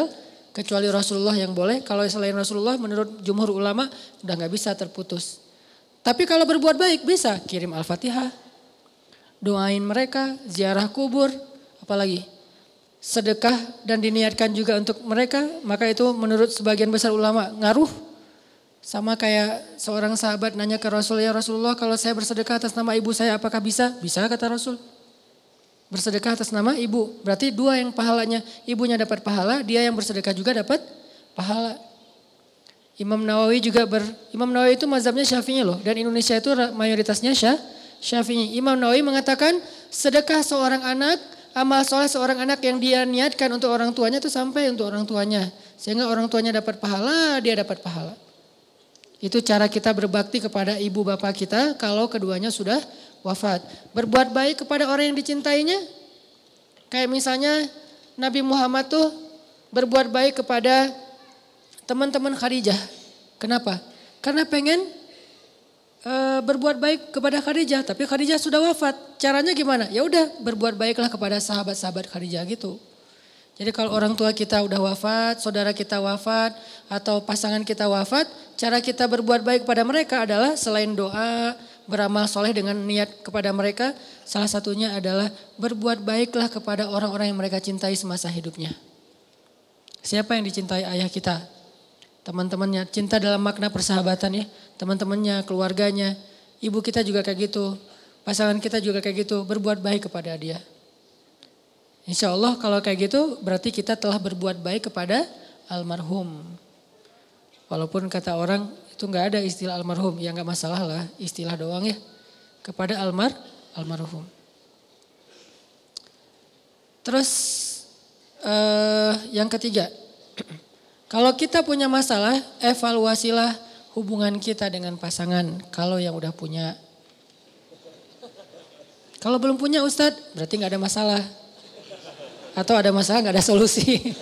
Kecuali Rasulullah yang boleh. Kalau selain Rasulullah menurut jumhur ulama udah gak bisa, terputus. Tapi kalau berbuat baik bisa kirim Al-Fatihah. Doain mereka, ziarah kubur, apalagi sedekah dan diniatkan juga untuk mereka. Maka itu menurut sebagian besar ulama ngaruh. Sama kayak seorang sahabat nanya ke Rasul, ya Rasulullah kalau saya bersedekah atas nama ibu saya apakah bisa? Bisa kata Rasul. Bersedekah atas nama ibu. Berarti dua yang pahalanya. Ibunya dapat pahala, dia yang bersedekah juga dapat pahala. Imam Nawawi juga ber... Imam Nawawi itu mazhabnya Syafi'i loh. Dan Indonesia itu mayoritasnya Syafi'i. Imam Nawawi mengatakan sedekah seorang anak, amal soleh seorang anak yang dia niatkan untuk orang tuanya itu sampai untuk orang tuanya. Sehingga orang tuanya dapat pahala, dia dapat pahala. Itu cara kita berbakti kepada ibu bapak kita kalau keduanya sudah wafat. Berbuat baik kepada orang yang dicintainya. Kayak misalnya Nabi Muhammad tuh berbuat baik kepada teman-teman Khadijah. Kenapa? Karena pengen e, berbuat baik kepada Khadijah. Tapi Khadijah sudah wafat. Caranya gimana? Ya udah berbuat baiklah kepada sahabat-sahabat Khadijah gitu. Jadi kalau orang tua kita udah wafat, saudara kita wafat, atau pasangan kita wafat, cara kita berbuat baik kepada mereka adalah selain doa, beramal soleh dengan niat kepada mereka, salah satunya adalah berbuat baiklah kepada orang-orang yang mereka cintai semasa hidupnya. Siapa yang dicintai ayah kita? Teman-temannya, cinta dalam makna persahabatan ya, teman-temannya, keluarganya, ibu kita juga kayak gitu, pasangan kita juga kayak gitu, berbuat baik kepada dia. Insya Allah kalau kayak gitu berarti kita telah berbuat baik kepada almarhum. Walaupun kata orang itu gak ada istilah almarhum, ya gak masalah lah, istilah doang ya. Kepada almar, almarhum. Terus eh, yang ketiga, kalau kita punya masalah, evaluasilah hubungan kita dengan pasangan kalau yang udah punya. Kalau belum punya Ustadz berarti gak ada masalah. Atau ada masalah gak ada solusi.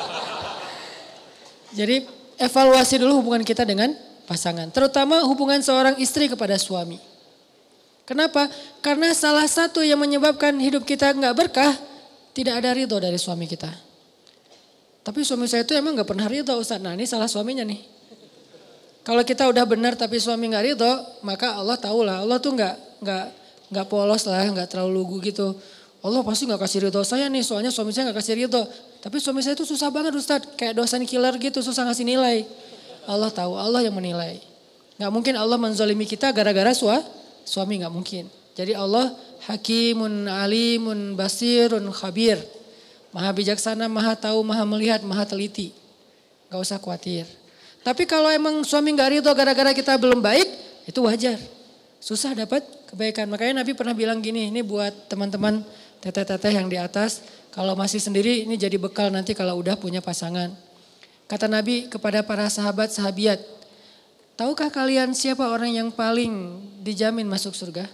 Jadi evaluasi dulu hubungan kita dengan pasangan. Terutama hubungan seorang istri kepada suami. Kenapa? Karena salah satu yang menyebabkan hidup kita gak berkah, tidak ada ridho dari suami kita. Tapi suami saya itu emang gak pernah ridho Ustaz. Nah ini salah suaminya nih. Kalau kita udah benar tapi suami gak ridho, maka Allah tahulah. Allah tuh gak, gak, gak polos lah, gak terlalu lugu gitu. Allah pasti gak kasih ridho saya nih, soalnya suami saya gak kasih ridho. Tapi suami saya itu susah banget Ustaz, kayak dosen killer gitu, susah ngasih nilai. Allah tahu, Allah yang menilai. Gak mungkin Allah menzalimi kita gara-gara sua, suami, gak mungkin. Jadi Allah hakimun, alimun, basirun, khabir. Maha bijaksana, maha tahu, maha melihat, maha teliti. Gak usah khawatir. Tapi kalau emang suami gak ridho gara-gara kita belum baik, itu wajar. Susah dapat kebaikan. Makanya Nabi pernah bilang gini, ini buat teman-teman teteh-teteh yang di atas, kalau masih sendiri ini jadi bekal nanti kalau udah punya pasangan. Kata Nabi kepada para sahabat sahabiat, tahukah kalian siapa orang yang paling dijamin masuk surga?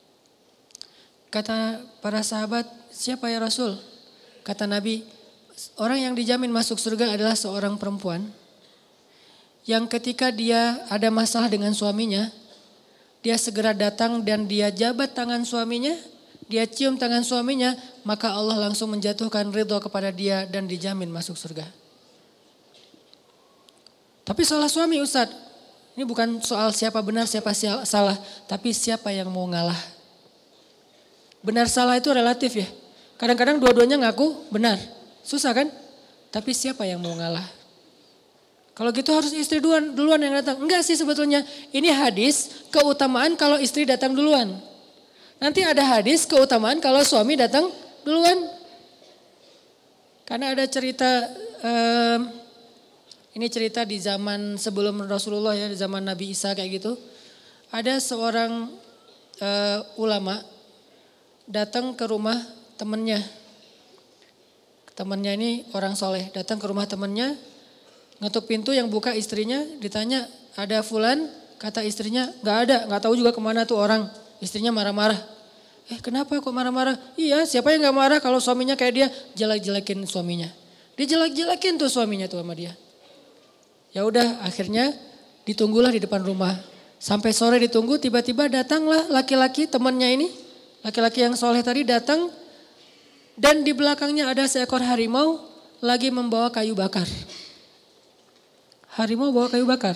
Kata para sahabat, siapa ya Rasul? Kata Nabi, orang yang dijamin masuk surga adalah seorang perempuan yang ketika dia ada masalah dengan suaminya, dia segera datang dan dia jabat tangan suaminya, dia cium tangan suaminya, maka Allah langsung menjatuhkan ridho kepada dia dan dijamin masuk surga. Tapi salah suami Ustadz, ini bukan soal siapa benar siapa salah, tapi siapa yang mau ngalah. Benar salah itu relatif ya. Kadang-kadang dua-duanya ngaku benar, susah kan? Tapi siapa yang mau ngalah? Kalau gitu harus istri duluan, duluan yang datang. Enggak sih sebetulnya, ini hadis keutamaan kalau istri datang duluan. Nanti ada hadis keutamaan kalau suami datang duluan. Karena ada cerita, um, ini cerita di zaman sebelum Rasulullah ya, di zaman Nabi Isa kayak gitu. Ada seorang uh, ulama datang ke rumah temannya. Temannya ini orang soleh, datang ke rumah temannya, ngetuk pintu yang buka istrinya, ditanya ada fulan, kata istrinya gak ada, gak tahu juga kemana tuh orang. Istrinya marah-marah. Eh kenapa kok marah-marah? Iya siapa yang gak marah kalau suaminya kayak dia jelek-jelekin suaminya. Dia jelek-jelekin tuh suaminya tuh sama dia. Ya udah akhirnya ditunggulah di depan rumah. Sampai sore ditunggu tiba-tiba datanglah laki-laki temannya ini. Laki-laki yang soleh tadi datang. Dan di belakangnya ada seekor harimau lagi membawa kayu bakar. Harimau bawa kayu bakar.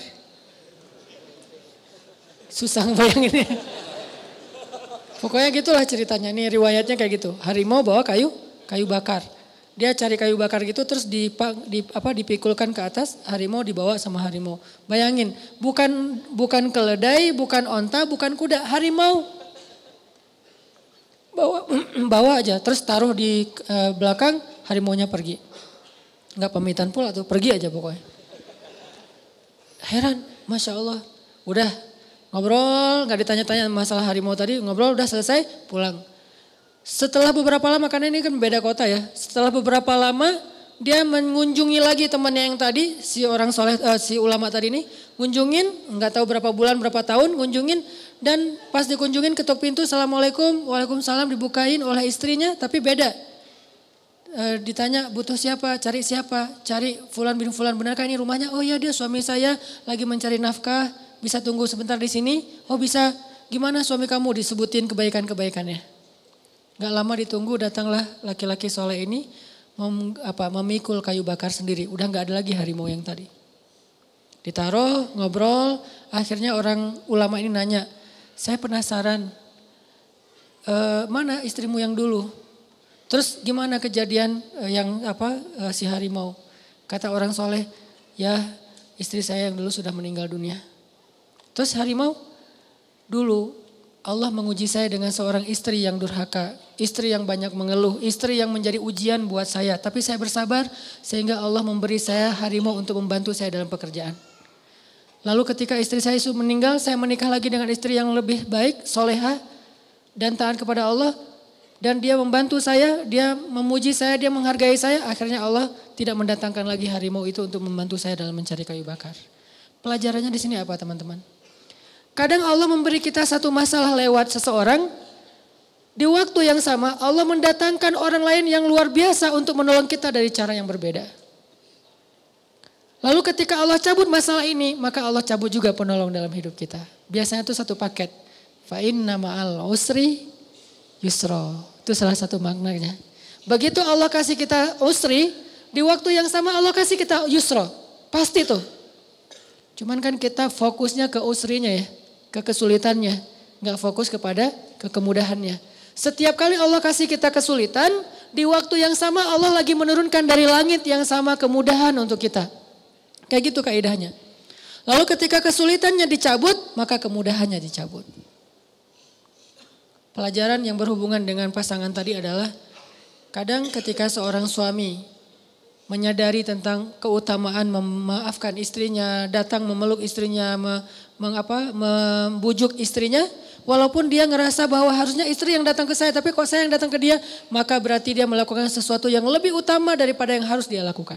Susah ngebayanginnya. Pokoknya gitulah ceritanya. Nih riwayatnya kayak gitu. Harimau bawa kayu kayu bakar. Dia cari kayu bakar gitu terus dipa, di, apa, dipikulkan ke atas, harimau dibawa sama harimau. Bayangin, bukan bukan keledai, bukan onta, bukan kuda, harimau. Bawa bawa aja, terus taruh di uh, belakang, harimaunya pergi. Enggak pamitan pula tuh, pergi aja pokoknya. Heran, Masya Allah. Udah ngobrol, gak ditanya-tanya masalah harimau tadi, ngobrol udah selesai, pulang. Setelah beberapa lama, karena ini kan beda kota ya. Setelah beberapa lama dia mengunjungi lagi temannya yang tadi, si orang soleh, uh, si ulama tadi ini. Ngunjungin, nggak tahu berapa bulan, berapa tahun, ngunjungin. Dan pas dikunjungin ketuk pintu, Assalamualaikum, Waalaikumsalam, dibukain oleh istrinya, tapi beda. E, ditanya butuh siapa, cari siapa, cari Fulan bin Fulan, benarkah ini rumahnya? Oh iya dia suami saya lagi mencari nafkah, bisa tunggu sebentar di sini? Oh bisa, gimana suami kamu? Disebutin kebaikan-kebaikannya. Gak lama ditunggu datanglah laki-laki soleh ini mem, apa, memikul kayu bakar sendiri. Udah gak ada lagi harimau yang tadi. Ditaruh, ngobrol, akhirnya orang ulama ini nanya, saya penasaran, e, mana istrimu yang dulu? Terus gimana kejadian e, yang apa e, si harimau? Kata orang soleh, ya istri saya yang dulu sudah meninggal dunia. Terus harimau, dulu Allah menguji saya dengan seorang istri yang durhaka, istri yang banyak mengeluh, istri yang menjadi ujian buat saya. Tapi saya bersabar sehingga Allah memberi saya harimau untuk membantu saya dalam pekerjaan. Lalu ketika istri saya itu meninggal, saya menikah lagi dengan istri yang lebih baik, soleha dan taat kepada Allah. Dan dia membantu saya, dia memuji saya, dia menghargai saya. Akhirnya Allah tidak mendatangkan lagi harimau itu untuk membantu saya dalam mencari kayu bakar. Pelajarannya di sini apa teman-teman? Kadang Allah memberi kita satu masalah lewat seseorang. Di waktu yang sama Allah mendatangkan orang lain yang luar biasa untuk menolong kita dari cara yang berbeda. Lalu ketika Allah cabut masalah ini, maka Allah cabut juga penolong dalam hidup kita. Biasanya itu satu paket. Fa inna ma'al usri yusra. Itu salah satu maknanya. Begitu Allah kasih kita usri, di waktu yang sama Allah kasih kita yusra. Pasti tuh. Cuman kan kita fokusnya ke usrinya ya. Ke kesulitannya, nggak fokus kepada ke kemudahannya. Setiap kali Allah kasih kita kesulitan, di waktu yang sama Allah lagi menurunkan dari langit yang sama kemudahan untuk kita. Kayak gitu kaidahnya. Lalu ketika kesulitannya dicabut, maka kemudahannya dicabut. Pelajaran yang berhubungan dengan pasangan tadi adalah, kadang ketika seorang suami menyadari tentang keutamaan memaafkan istrinya, datang memeluk istrinya, me, mengapa, membujuk istrinya, walaupun dia ngerasa bahwa harusnya istri yang datang ke saya, tapi kok saya yang datang ke dia, maka berarti dia melakukan sesuatu yang lebih utama daripada yang harus dia lakukan.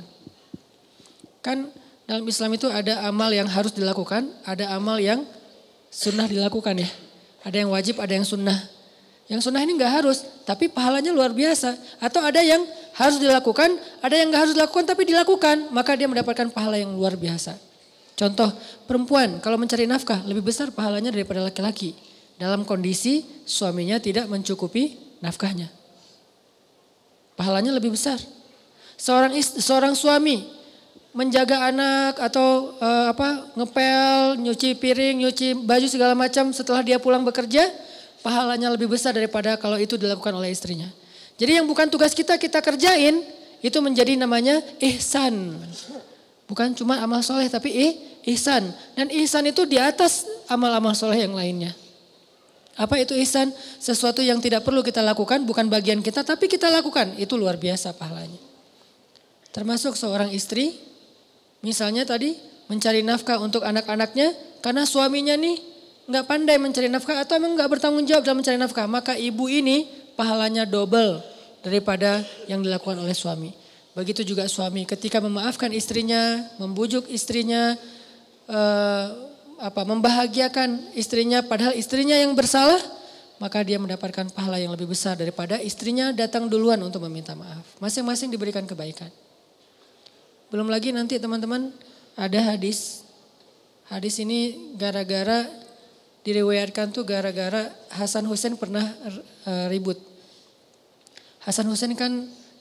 Kan dalam Islam itu ada amal yang harus dilakukan, ada amal yang sunnah dilakukan ya. Ada yang wajib, ada yang sunnah. Yang sunnah ini gak harus, tapi pahalanya luar biasa. Atau ada yang harus dilakukan, ada yang gak harus dilakukan tapi dilakukan. Maka dia mendapatkan pahala yang luar biasa. Contoh, perempuan kalau mencari nafkah lebih besar pahalanya daripada laki-laki. Dalam kondisi suaminya tidak mencukupi nafkahnya. Pahalanya lebih besar. Seorang istri, seorang suami menjaga anak atau uh, apa ngepel, nyuci piring, nyuci baju segala macam setelah dia pulang bekerja, pahalanya lebih besar daripada kalau itu dilakukan oleh istrinya. Jadi yang bukan tugas kita, kita kerjain, itu menjadi namanya ihsan. Bukan cuma amal soleh tapi ih, ihsan. Dan ihsan itu di atas amal-amal soleh yang lainnya. Apa itu ihsan? Sesuatu yang tidak perlu kita lakukan, bukan bagian kita tapi kita lakukan. Itu luar biasa pahalanya. Termasuk seorang istri, misalnya tadi mencari nafkah untuk anak-anaknya karena suaminya nih nggak pandai mencari nafkah atau emang nggak bertanggung jawab dalam mencari nafkah, maka ibu ini pahalanya double daripada yang dilakukan oleh suami. Begitu juga suami ketika memaafkan istrinya, membujuk istrinya, eh, apa membahagiakan istrinya padahal istrinya yang bersalah, maka dia mendapatkan pahala yang lebih besar daripada istrinya datang duluan untuk meminta maaf. Masing-masing diberikan kebaikan. Belum lagi nanti teman-teman ada hadis. Hadis ini gara-gara diriwayatkan tuh gara-gara Hasan Hussein pernah uh, ribut. Hasan Hussein kan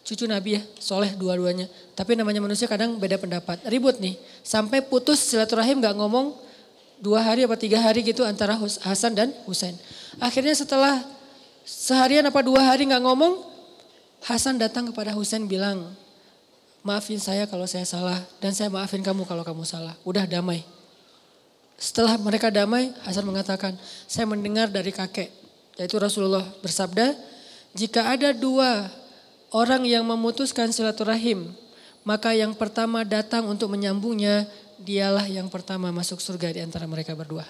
cucu Nabi ya, soleh dua-duanya. Tapi namanya manusia kadang beda pendapat, ribut nih. Sampai putus silaturahim gak ngomong dua hari apa tiga hari gitu antara Hasan dan Husain. Akhirnya setelah seharian apa dua hari gak ngomong, Hasan datang kepada Husain bilang, maafin saya kalau saya salah dan saya maafin kamu kalau kamu salah. Udah damai. Setelah mereka damai, Hasan mengatakan, saya mendengar dari kakek, yaitu Rasulullah bersabda, jika ada dua orang yang memutuskan silaturahim, maka yang pertama datang untuk menyambungnya, dialah yang pertama masuk surga di antara mereka berdua.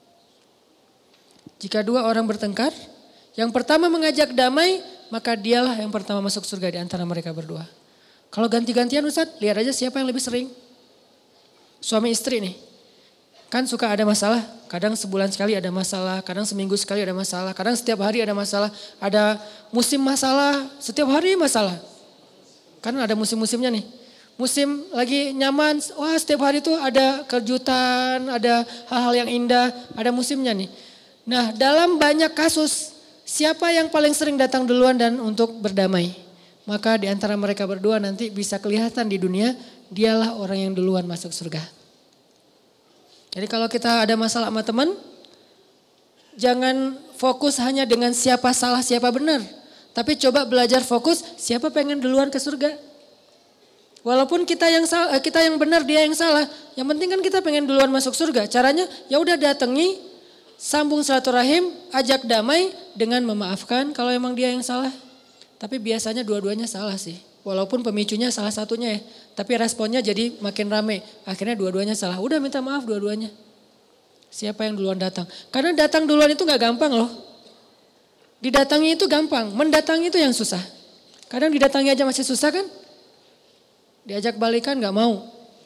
Jika dua orang bertengkar, yang pertama mengajak damai, maka dialah yang pertama masuk surga di antara mereka berdua. Kalau ganti-gantian Ustadz, lihat aja siapa yang lebih sering. Suami istri nih. Kan suka ada masalah, kadang sebulan sekali ada masalah, kadang seminggu sekali ada masalah, kadang setiap hari ada masalah. Ada musim masalah, setiap hari masalah. Karena ada musim-musimnya nih. Musim lagi nyaman, wah setiap hari tuh ada kejutan, ada hal-hal yang indah, ada musimnya nih. Nah dalam banyak kasus, siapa yang paling sering datang duluan dan untuk berdamai? Maka di antara mereka berdua nanti bisa kelihatan di dunia, dialah orang yang duluan masuk surga. Jadi kalau kita ada masalah sama teman, jangan fokus hanya dengan siapa salah siapa benar. Tapi coba belajar fokus siapa pengen duluan ke surga. Walaupun kita yang salah, kita yang benar dia yang salah, yang penting kan kita pengen duluan masuk surga. Caranya ya udah datangi, sambung silaturahim, ajak damai dengan memaafkan kalau emang dia yang salah. Tapi biasanya dua-duanya salah sih. Walaupun pemicunya salah satunya ya. Tapi responnya jadi makin rame. Akhirnya dua-duanya salah. Udah minta maaf dua-duanya. Siapa yang duluan datang. Karena datang duluan itu gak gampang loh. Didatangi itu gampang. Mendatangi itu yang susah. Kadang didatangi aja masih susah kan. Diajak balikan gak mau.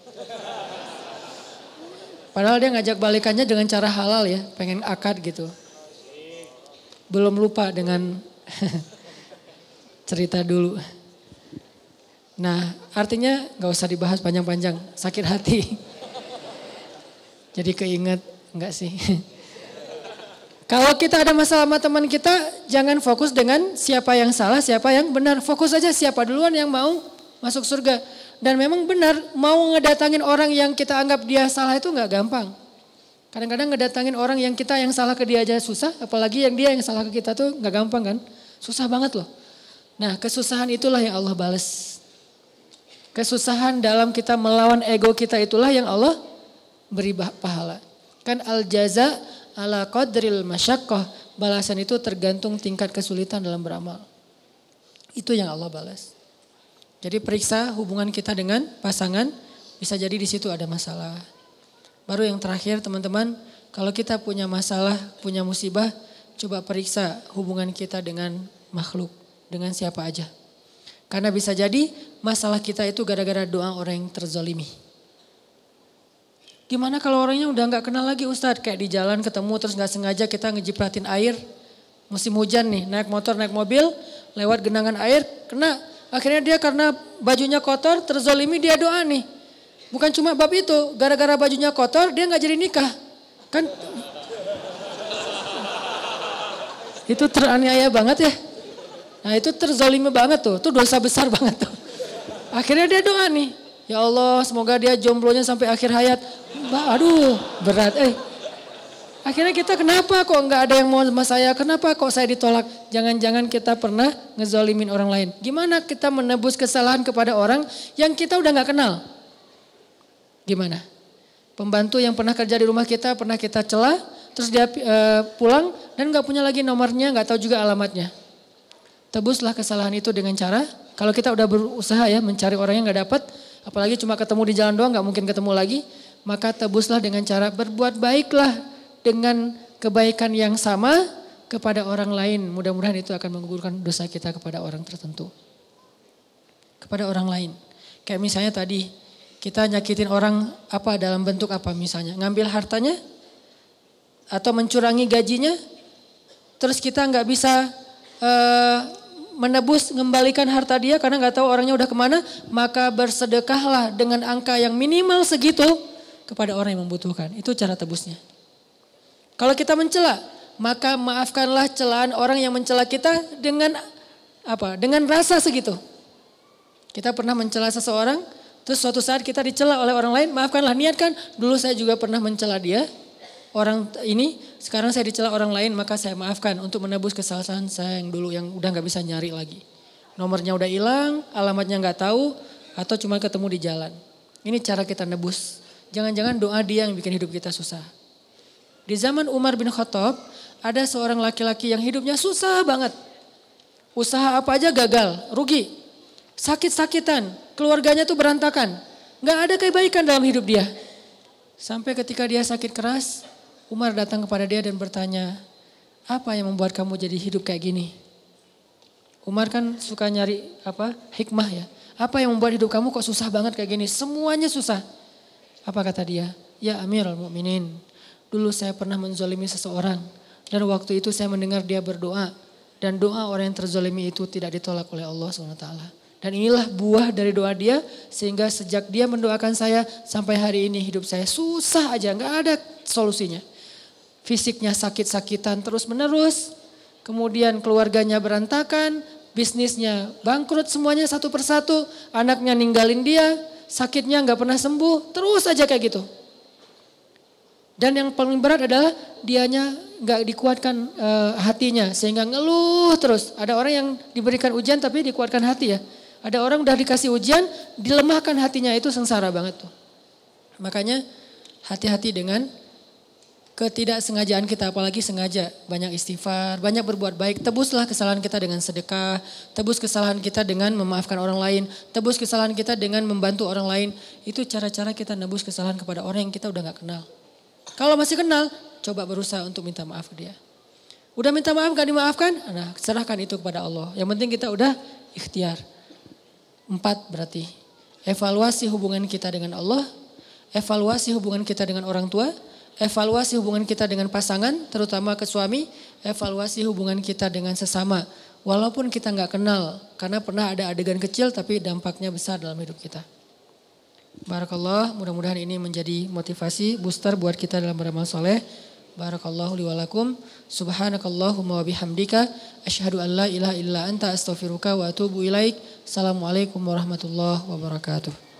Padahal dia ngajak balikannya dengan cara halal ya. Pengen akad gitu. Belum lupa dengan... cerita dulu. Nah artinya gak usah dibahas panjang-panjang, sakit hati. Jadi keinget, enggak sih. Kalau kita ada masalah sama teman kita, jangan fokus dengan siapa yang salah, siapa yang benar. Fokus aja siapa duluan yang mau masuk surga. Dan memang benar, mau ngedatangin orang yang kita anggap dia salah itu gak gampang. Kadang-kadang ngedatangin orang yang kita yang salah ke dia aja susah, apalagi yang dia yang salah ke kita tuh gak gampang kan. Susah banget loh. Nah kesusahan itulah yang Allah balas. Kesusahan dalam kita melawan ego kita itulah yang Allah beri pahala. Kan al jaza ala qadril masyaqqah. Balasan itu tergantung tingkat kesulitan dalam beramal. Itu yang Allah balas. Jadi periksa hubungan kita dengan pasangan. Bisa jadi di situ ada masalah. Baru yang terakhir teman-teman. Kalau kita punya masalah, punya musibah. Coba periksa hubungan kita dengan makhluk. Dengan siapa aja. Karena bisa jadi masalah kita itu gara-gara doa orang yang terzolimi. Gimana kalau orangnya udah gak kenal lagi Ustadz. Kayak di jalan ketemu terus gak sengaja kita ngejipratin air. Musim hujan nih, naik motor, naik mobil. Lewat genangan air, kena. Akhirnya dia karena bajunya kotor, terzolimi dia doa nih. Bukan cuma bab itu, gara-gara bajunya kotor dia gak jadi nikah. Kan itu teraniaya banget ya. Nah itu terzolimi banget tuh, itu dosa besar banget tuh. Akhirnya dia doa nih, ya Allah semoga dia jomblonya sampai akhir hayat. Aduh berat eh. Akhirnya kita kenapa kok nggak ada yang mau sama saya, kenapa kok saya ditolak. Jangan-jangan kita pernah ngezolimin orang lain. Gimana kita menebus kesalahan kepada orang yang kita udah gak kenal. Gimana? Pembantu yang pernah kerja di rumah kita, pernah kita celah, terus dia uh, pulang dan gak punya lagi nomornya, gak tahu juga alamatnya. Tebuslah kesalahan itu dengan cara, kalau kita udah berusaha ya mencari orang yang gak dapat, apalagi cuma ketemu di jalan doang gak mungkin ketemu lagi, maka tebuslah dengan cara berbuat baiklah dengan kebaikan yang sama kepada orang lain. Mudah-mudahan itu akan menggugurkan dosa kita kepada orang tertentu. Kepada orang lain. Kayak misalnya tadi kita nyakitin orang apa dalam bentuk apa misalnya. Ngambil hartanya atau mencurangi gajinya. Terus kita gak bisa uh, menebus, mengembalikan harta dia karena gak tahu orangnya udah kemana, maka bersedekahlah dengan angka yang minimal segitu kepada orang yang membutuhkan. Itu cara tebusnya. Kalau kita mencela, maka maafkanlah celaan orang yang mencela kita dengan apa? Dengan rasa segitu. Kita pernah mencela seseorang, terus suatu saat kita dicela oleh orang lain, maafkanlah, niatkan, dulu saya juga pernah mencela dia, orang ini, sekarang saya dicela orang lain, maka saya maafkan untuk menebus kesalahan saya yang dulu yang udah gak bisa nyari lagi. Nomornya udah hilang, alamatnya gak tahu, atau cuma ketemu di jalan. Ini cara kita nebus. Jangan-jangan doa dia yang bikin hidup kita susah. Di zaman Umar bin Khattab, ada seorang laki-laki yang hidupnya susah banget. Usaha apa aja gagal, rugi. Sakit-sakitan, keluarganya tuh berantakan. Gak ada kebaikan dalam hidup dia. Sampai ketika dia sakit keras, Umar datang kepada dia dan bertanya, apa yang membuat kamu jadi hidup kayak gini? Umar kan suka nyari apa hikmah ya. Apa yang membuat hidup kamu kok susah banget kayak gini? Semuanya susah. Apa kata dia? Ya Amirul Mukminin, dulu saya pernah menzalimi seseorang. Dan waktu itu saya mendengar dia berdoa. Dan doa orang yang terzalimi itu tidak ditolak oleh Allah subhanahu wa taala. Dan inilah buah dari doa dia, sehingga sejak dia mendoakan saya sampai hari ini hidup saya susah aja, gak ada solusinya. Fisiknya sakit-sakitan terus menerus, kemudian keluarganya berantakan, bisnisnya bangkrut semuanya satu persatu, anaknya ninggalin dia, sakitnya gak pernah sembuh, terus aja kayak gitu. Dan yang paling berat adalah dianya gak dikuatkan e, hatinya sehingga ngeluh terus. Ada orang yang diberikan ujian tapi dikuatkan hati ya. Ada orang udah dikasih ujian, dilemahkan hatinya, itu sengsara banget tuh. Makanya hati-hati dengan ketidaksengajaan kita, apalagi sengaja. Banyak istighfar, banyak berbuat baik. Tebuslah kesalahan kita dengan sedekah, tebus kesalahan kita dengan memaafkan orang lain, tebus kesalahan kita dengan membantu orang lain. Itu cara-cara kita nebus kesalahan kepada orang yang kita udah gak kenal. Kalau masih kenal, coba berusaha untuk minta maaf ke dia. Udah minta maaf gak dimaafkan, nah serahkan itu kepada Allah. Yang penting kita udah ikhtiar. Empat berarti, evaluasi hubungan kita dengan Allah, evaluasi hubungan kita dengan orang tua, evaluasi hubungan kita dengan pasangan, terutama ke suami, evaluasi hubungan kita dengan sesama. Walaupun kita gak kenal, karena pernah ada adegan kecil tapi dampaknya besar dalam hidup kita. Barakallah, mudah-mudahan ini menjadi motivasi, booster buat kita dalam beramal soleh. Barakallahu li wa lakum. Subhanakallahumma wa bihamdika asyhadu an la ilaha illa anta astaghfiruka wa atubu ilaik. Assalamualaikum warahmatullahi wabarakatuh.